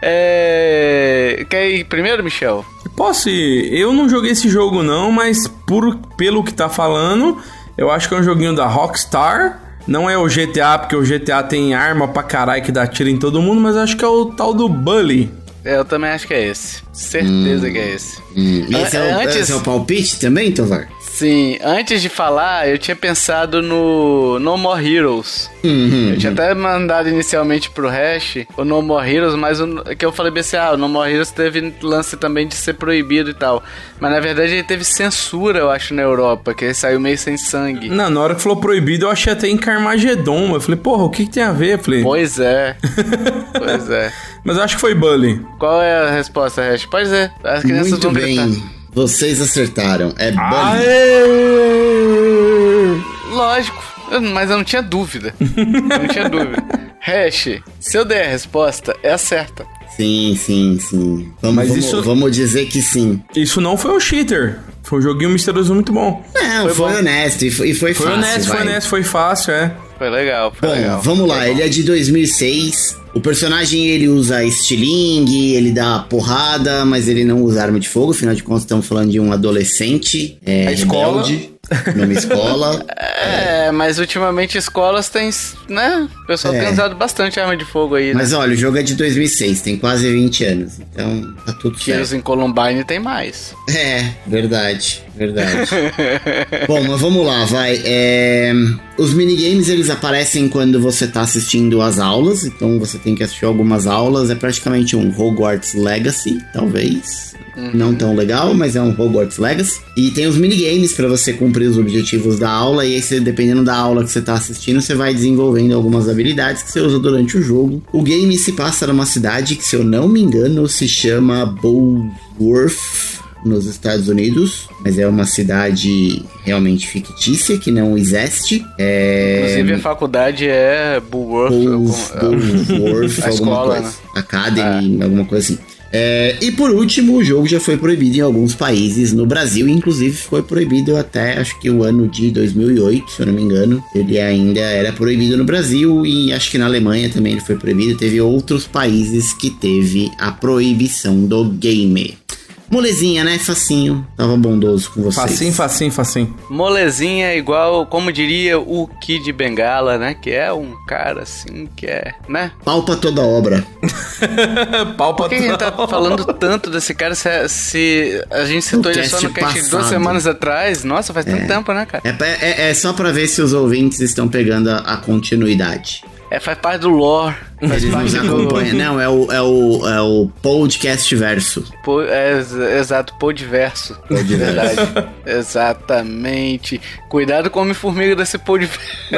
[SPEAKER 1] Quer ir primeiro, Michel?
[SPEAKER 4] Posso ir? Eu não joguei esse jogo não, mas pelo que tá falando, eu acho que é um joguinho da Rockstar. Não é o GTA, porque o GTA tem arma pra caralho que dá tiro em todo mundo, mas acho que é o tal do Bully.
[SPEAKER 1] Eu também acho que é esse. Certeza que é esse.
[SPEAKER 3] Esse é o palpite também, Tovar?
[SPEAKER 1] Sim, antes de falar, eu tinha pensado no No More Heroes. Eu tinha até mandado inicialmente pro Hash o No More Heroes, mas que eu falei bem assim, o No More Heroes teve lance também de ser proibido e tal. Mas na verdade ele teve censura, eu acho, na Europa, que ele saiu meio sem sangue.
[SPEAKER 4] Não, na hora que falou proibido, eu achei até em Carmageddon. Eu falei, porra, o que tem a ver? Eu falei...
[SPEAKER 1] Pois é.
[SPEAKER 4] Mas eu acho que foi Bully.
[SPEAKER 1] Qual é a resposta, Hash? Pode ser. As crianças
[SPEAKER 3] muito
[SPEAKER 1] vão
[SPEAKER 3] bem.
[SPEAKER 1] gritar.
[SPEAKER 3] Vocês acertaram. É Bully.
[SPEAKER 1] Lógico, mas eu não tinha dúvida. Hash, se eu der a resposta, é a certa.
[SPEAKER 3] Sim. Vamos dizer que sim.
[SPEAKER 4] Isso não foi um cheater. Foi um joguinho misterioso muito bom.
[SPEAKER 3] Não, foi honesto e foi fácil.
[SPEAKER 4] Foi honesto, foi fácil, é.
[SPEAKER 1] Foi legal, legal.
[SPEAKER 3] Vamos lá, ele é de 2006. O personagem, ele usa estilingue, ele dá porrada, mas ele não usa arma de fogo. Afinal de contas, estamos falando de um adolescente rebelde numa escola.
[SPEAKER 1] Mas ultimamente escolas têm, né? O pessoal tem usado bastante arma de fogo aí,
[SPEAKER 3] Mas olha, o jogo é de 2006, tem quase 20 anos. Então, tá tudo certo.
[SPEAKER 1] Tiros em Columbine tem mais.
[SPEAKER 3] Verdade. Bom, mas vamos lá, vai. Os minigames, eles aparecem quando você tá assistindo as aulas. Então você tem que assistir algumas aulas. É praticamente um Hogwarts Legacy, talvez. Não tão legal, mas é um Hogwarts Legacy. E tem os minigames pra você cumprir os objetivos da aula. E aí, dependendo da aula que você tá assistindo, você vai desenvolvendo algumas habilidades que você usa durante o jogo. O game se passa numa cidade que, se eu não me engano, se chama Bullworth, nos Estados Unidos, mas é uma cidade realmente fictícia, que não existe.
[SPEAKER 1] Inclusive a faculdade é Bullworth,
[SPEAKER 3] alguma
[SPEAKER 1] escola,
[SPEAKER 3] coisa.
[SPEAKER 1] Né?
[SPEAKER 3] Academy, alguma coisa assim. E por último, o jogo já foi proibido em alguns países no Brasil, inclusive foi proibido até, acho que o ano de 2008, se eu não me engano. Ele ainda era proibido no Brasil e acho que na Alemanha também ele foi proibido. Teve outros países que teve a proibição do game. Molezinha, né? Facinho. Tava bondoso com vocês.
[SPEAKER 4] Facinho.
[SPEAKER 1] Molezinha é igual, como diria o Kid Bengala, né? Que é um cara assim, que é, né?
[SPEAKER 3] Pau pra toda obra.
[SPEAKER 1] Por que a gente tá falando tanto desse cara se a gente citou ele só no cast 2 semanas atrás? Nossa, faz tanto tempo, né, cara?
[SPEAKER 3] É só pra ver se os ouvintes estão pegando a continuidade.
[SPEAKER 1] Faz parte do lore.
[SPEAKER 3] Eles nos acompanham. Não, é o podcast verso.
[SPEAKER 1] Exato, podverso. Verdade. Exatamente. Cuidado com o Homem-Formiga desse podverso.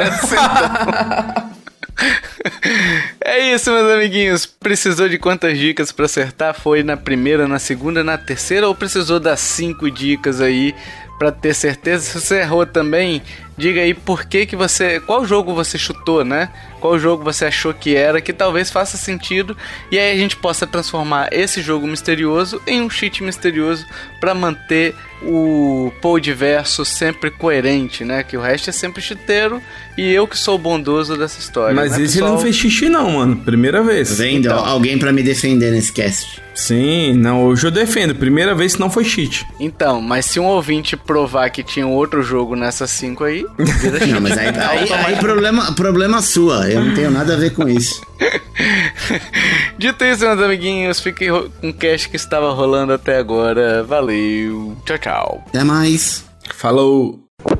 [SPEAKER 1] É isso, meus amiguinhos. Precisou de quantas dicas pra acertar? Foi na primeira, na segunda, na terceira? Ou precisou das 5 dicas aí pra ter certeza? Se você errou também, diga aí por que você... Qual jogo você chutou, né? Qual jogo você achou que era, que talvez faça sentido, e aí a gente possa transformar esse jogo misterioso em um cheat misterioso para manter o Podverso sempre coerente, né? Que o resto é sempre chiteiro e eu que sou o bondoso dessa história.
[SPEAKER 4] Mas
[SPEAKER 1] né,
[SPEAKER 4] esse ele não fez xixi não, mano. Primeira vez.
[SPEAKER 3] Tá vendo?
[SPEAKER 1] Então.
[SPEAKER 3] Alguém pra me defender nesse cast.
[SPEAKER 4] Sim, não, hoje eu defendo. Primeira vez que não foi cheat.
[SPEAKER 1] Então, mas se um ouvinte provar que tinha um outro jogo nessas 5 aí, vira cheat.
[SPEAKER 3] Não, mas aí problema sua. Eu não tenho nada a ver com isso.
[SPEAKER 1] Dito isso, meus amiguinhos, fiquem com o cast que estava rolando até agora. Valeu, tchau, tchau.
[SPEAKER 3] Até mais.
[SPEAKER 4] Falou.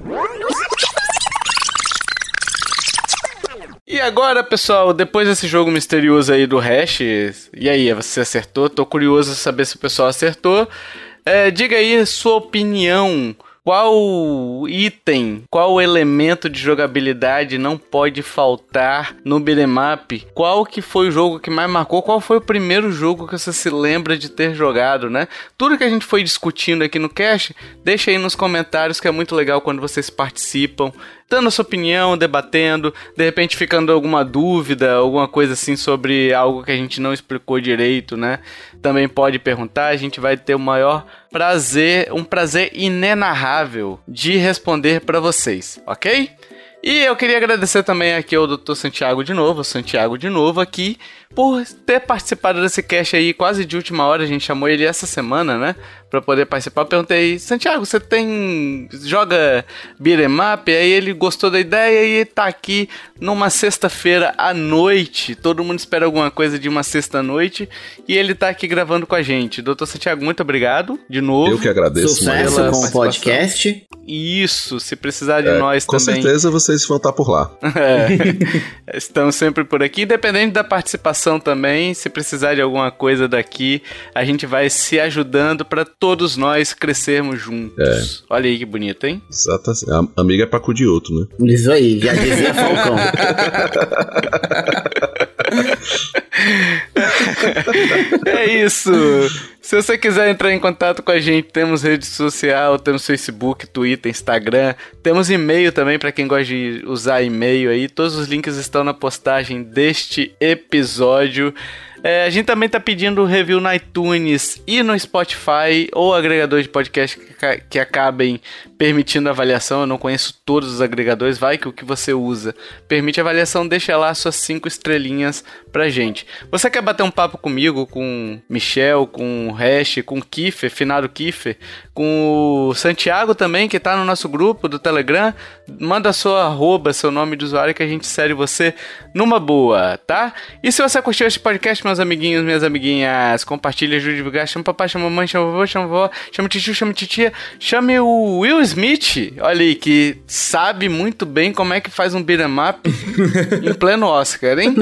[SPEAKER 1] E agora, pessoal, depois desse jogo misterioso aí do Hash, e aí, você acertou? Tô curioso saber se o pessoal acertou. Diga aí sua opinião. Qual item, qual elemento de jogabilidade não pode faltar no beat'em up? Qual que foi o jogo que mais marcou? Qual foi o primeiro jogo que você se lembra de ter jogado, né? Tudo que a gente foi discutindo aqui no cast, deixa aí nos comentários, que é muito legal quando vocês participam, dando a sua opinião, debatendo, de repente ficando alguma dúvida, alguma coisa assim sobre algo que a gente não explicou direito, né? Também pode perguntar, a gente vai ter o maior prazer, um prazer inenarrável de responder para vocês, ok? E eu queria agradecer também aqui ao Dr. Santiago de novo aqui, por ter participado desse cast aí quase de última hora. A gente chamou ele essa semana, né, pra poder participar. Eu perguntei, Santiago, você joga beat'em up? Aí ele gostou da ideia e tá aqui numa sexta-feira à noite. Todo mundo espera alguma coisa de uma sexta-noite e ele tá aqui gravando com a gente. Dr. Santiago, muito obrigado de novo.
[SPEAKER 2] Eu que agradeço.
[SPEAKER 3] Sucesso com o podcast.
[SPEAKER 1] Isso, se precisar de nós
[SPEAKER 2] com
[SPEAKER 1] também.
[SPEAKER 2] Com certeza vocês vão estar por lá.
[SPEAKER 1] Estamos sempre por aqui, independente da participação também, se precisar de alguma coisa daqui, a gente vai se ajudando para todos nós crescermos juntos. Olha aí que bonito, hein?
[SPEAKER 2] Exato. A amiga é pra cu de outro, né?
[SPEAKER 3] Isso aí, já dizia Falcão.
[SPEAKER 1] É isso. Se você quiser entrar em contato com a gente, temos rede social, temos Facebook, Twitter, Instagram, temos e-mail também para quem gosta de usar e-mail aí. Todos os links estão na postagem deste episódio. A gente também tá pedindo review no iTunes e no Spotify ou agregador de podcast que acabem permitindo avaliação. Eu não conheço todos os agregadores, vai que o que você usa permite avaliação, deixa lá suas 5 estrelinhas pra gente. Você quer bater um papo comigo, com Michel, com o Hash, com o Kiffer, finado Kiffer, com o Santiago também, que tá no nosso grupo do Telegram? Manda seu nome de usuário, que a gente insere você numa boa, tá? E se você curtiu este podcast, meus amiguinhos, minhas amiguinhas, compartilha, ajude a divulgar, chama papai, chama mamãe, chama vovô, chama vovó, chama tio, chama titia, chame o Will Smith, olha aí, que sabe muito bem como é que faz um beat'em up em pleno Oscar, hein?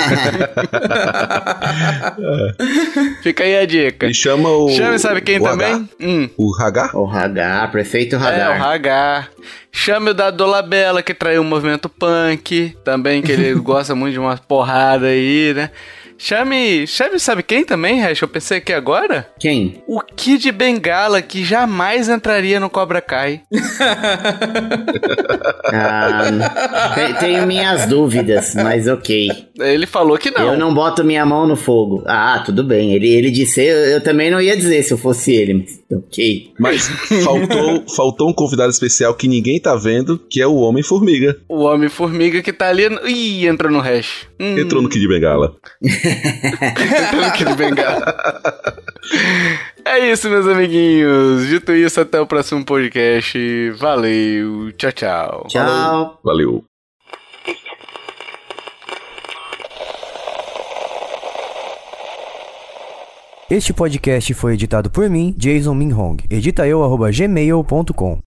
[SPEAKER 1] Fica aí a dica.
[SPEAKER 2] E chama o...
[SPEAKER 1] Chame, sabe quem também?
[SPEAKER 2] O Hagar?
[SPEAKER 3] O Hagar, prefeito Hagar.
[SPEAKER 1] O Hagar. Chame o Dado Dolabella, que traiu o movimento punk, também, que ele gosta muito de uma porrada aí, né? Chame, sabe quem também, Hash? Eu pensei aqui agora.
[SPEAKER 3] Quem?
[SPEAKER 1] O Kid Bengala, que jamais entraria no Cobra Kai.
[SPEAKER 3] Tenho minhas dúvidas, mas ok.
[SPEAKER 1] Ele falou que não.
[SPEAKER 3] Eu não boto minha mão no fogo. Tudo bem. Ele disse, eu também não ia dizer se eu fosse ele, mas ok.
[SPEAKER 2] Mas faltou um convidado especial que ninguém tá vendo, que é o Homem-Formiga.
[SPEAKER 1] O Homem-Formiga que tá ali... Ih, entra no Hash.
[SPEAKER 2] Entrou no Kid Bengala.
[SPEAKER 1] Entrou no Kid Bengala. É isso, meus amiguinhos. Dito isso, até o próximo podcast. Valeu. Tchau, tchau.
[SPEAKER 3] Tchau.
[SPEAKER 2] Valeu.
[SPEAKER 5] Este podcast foi editado por mim, Jason Minhong. Edita eu@gmail.com.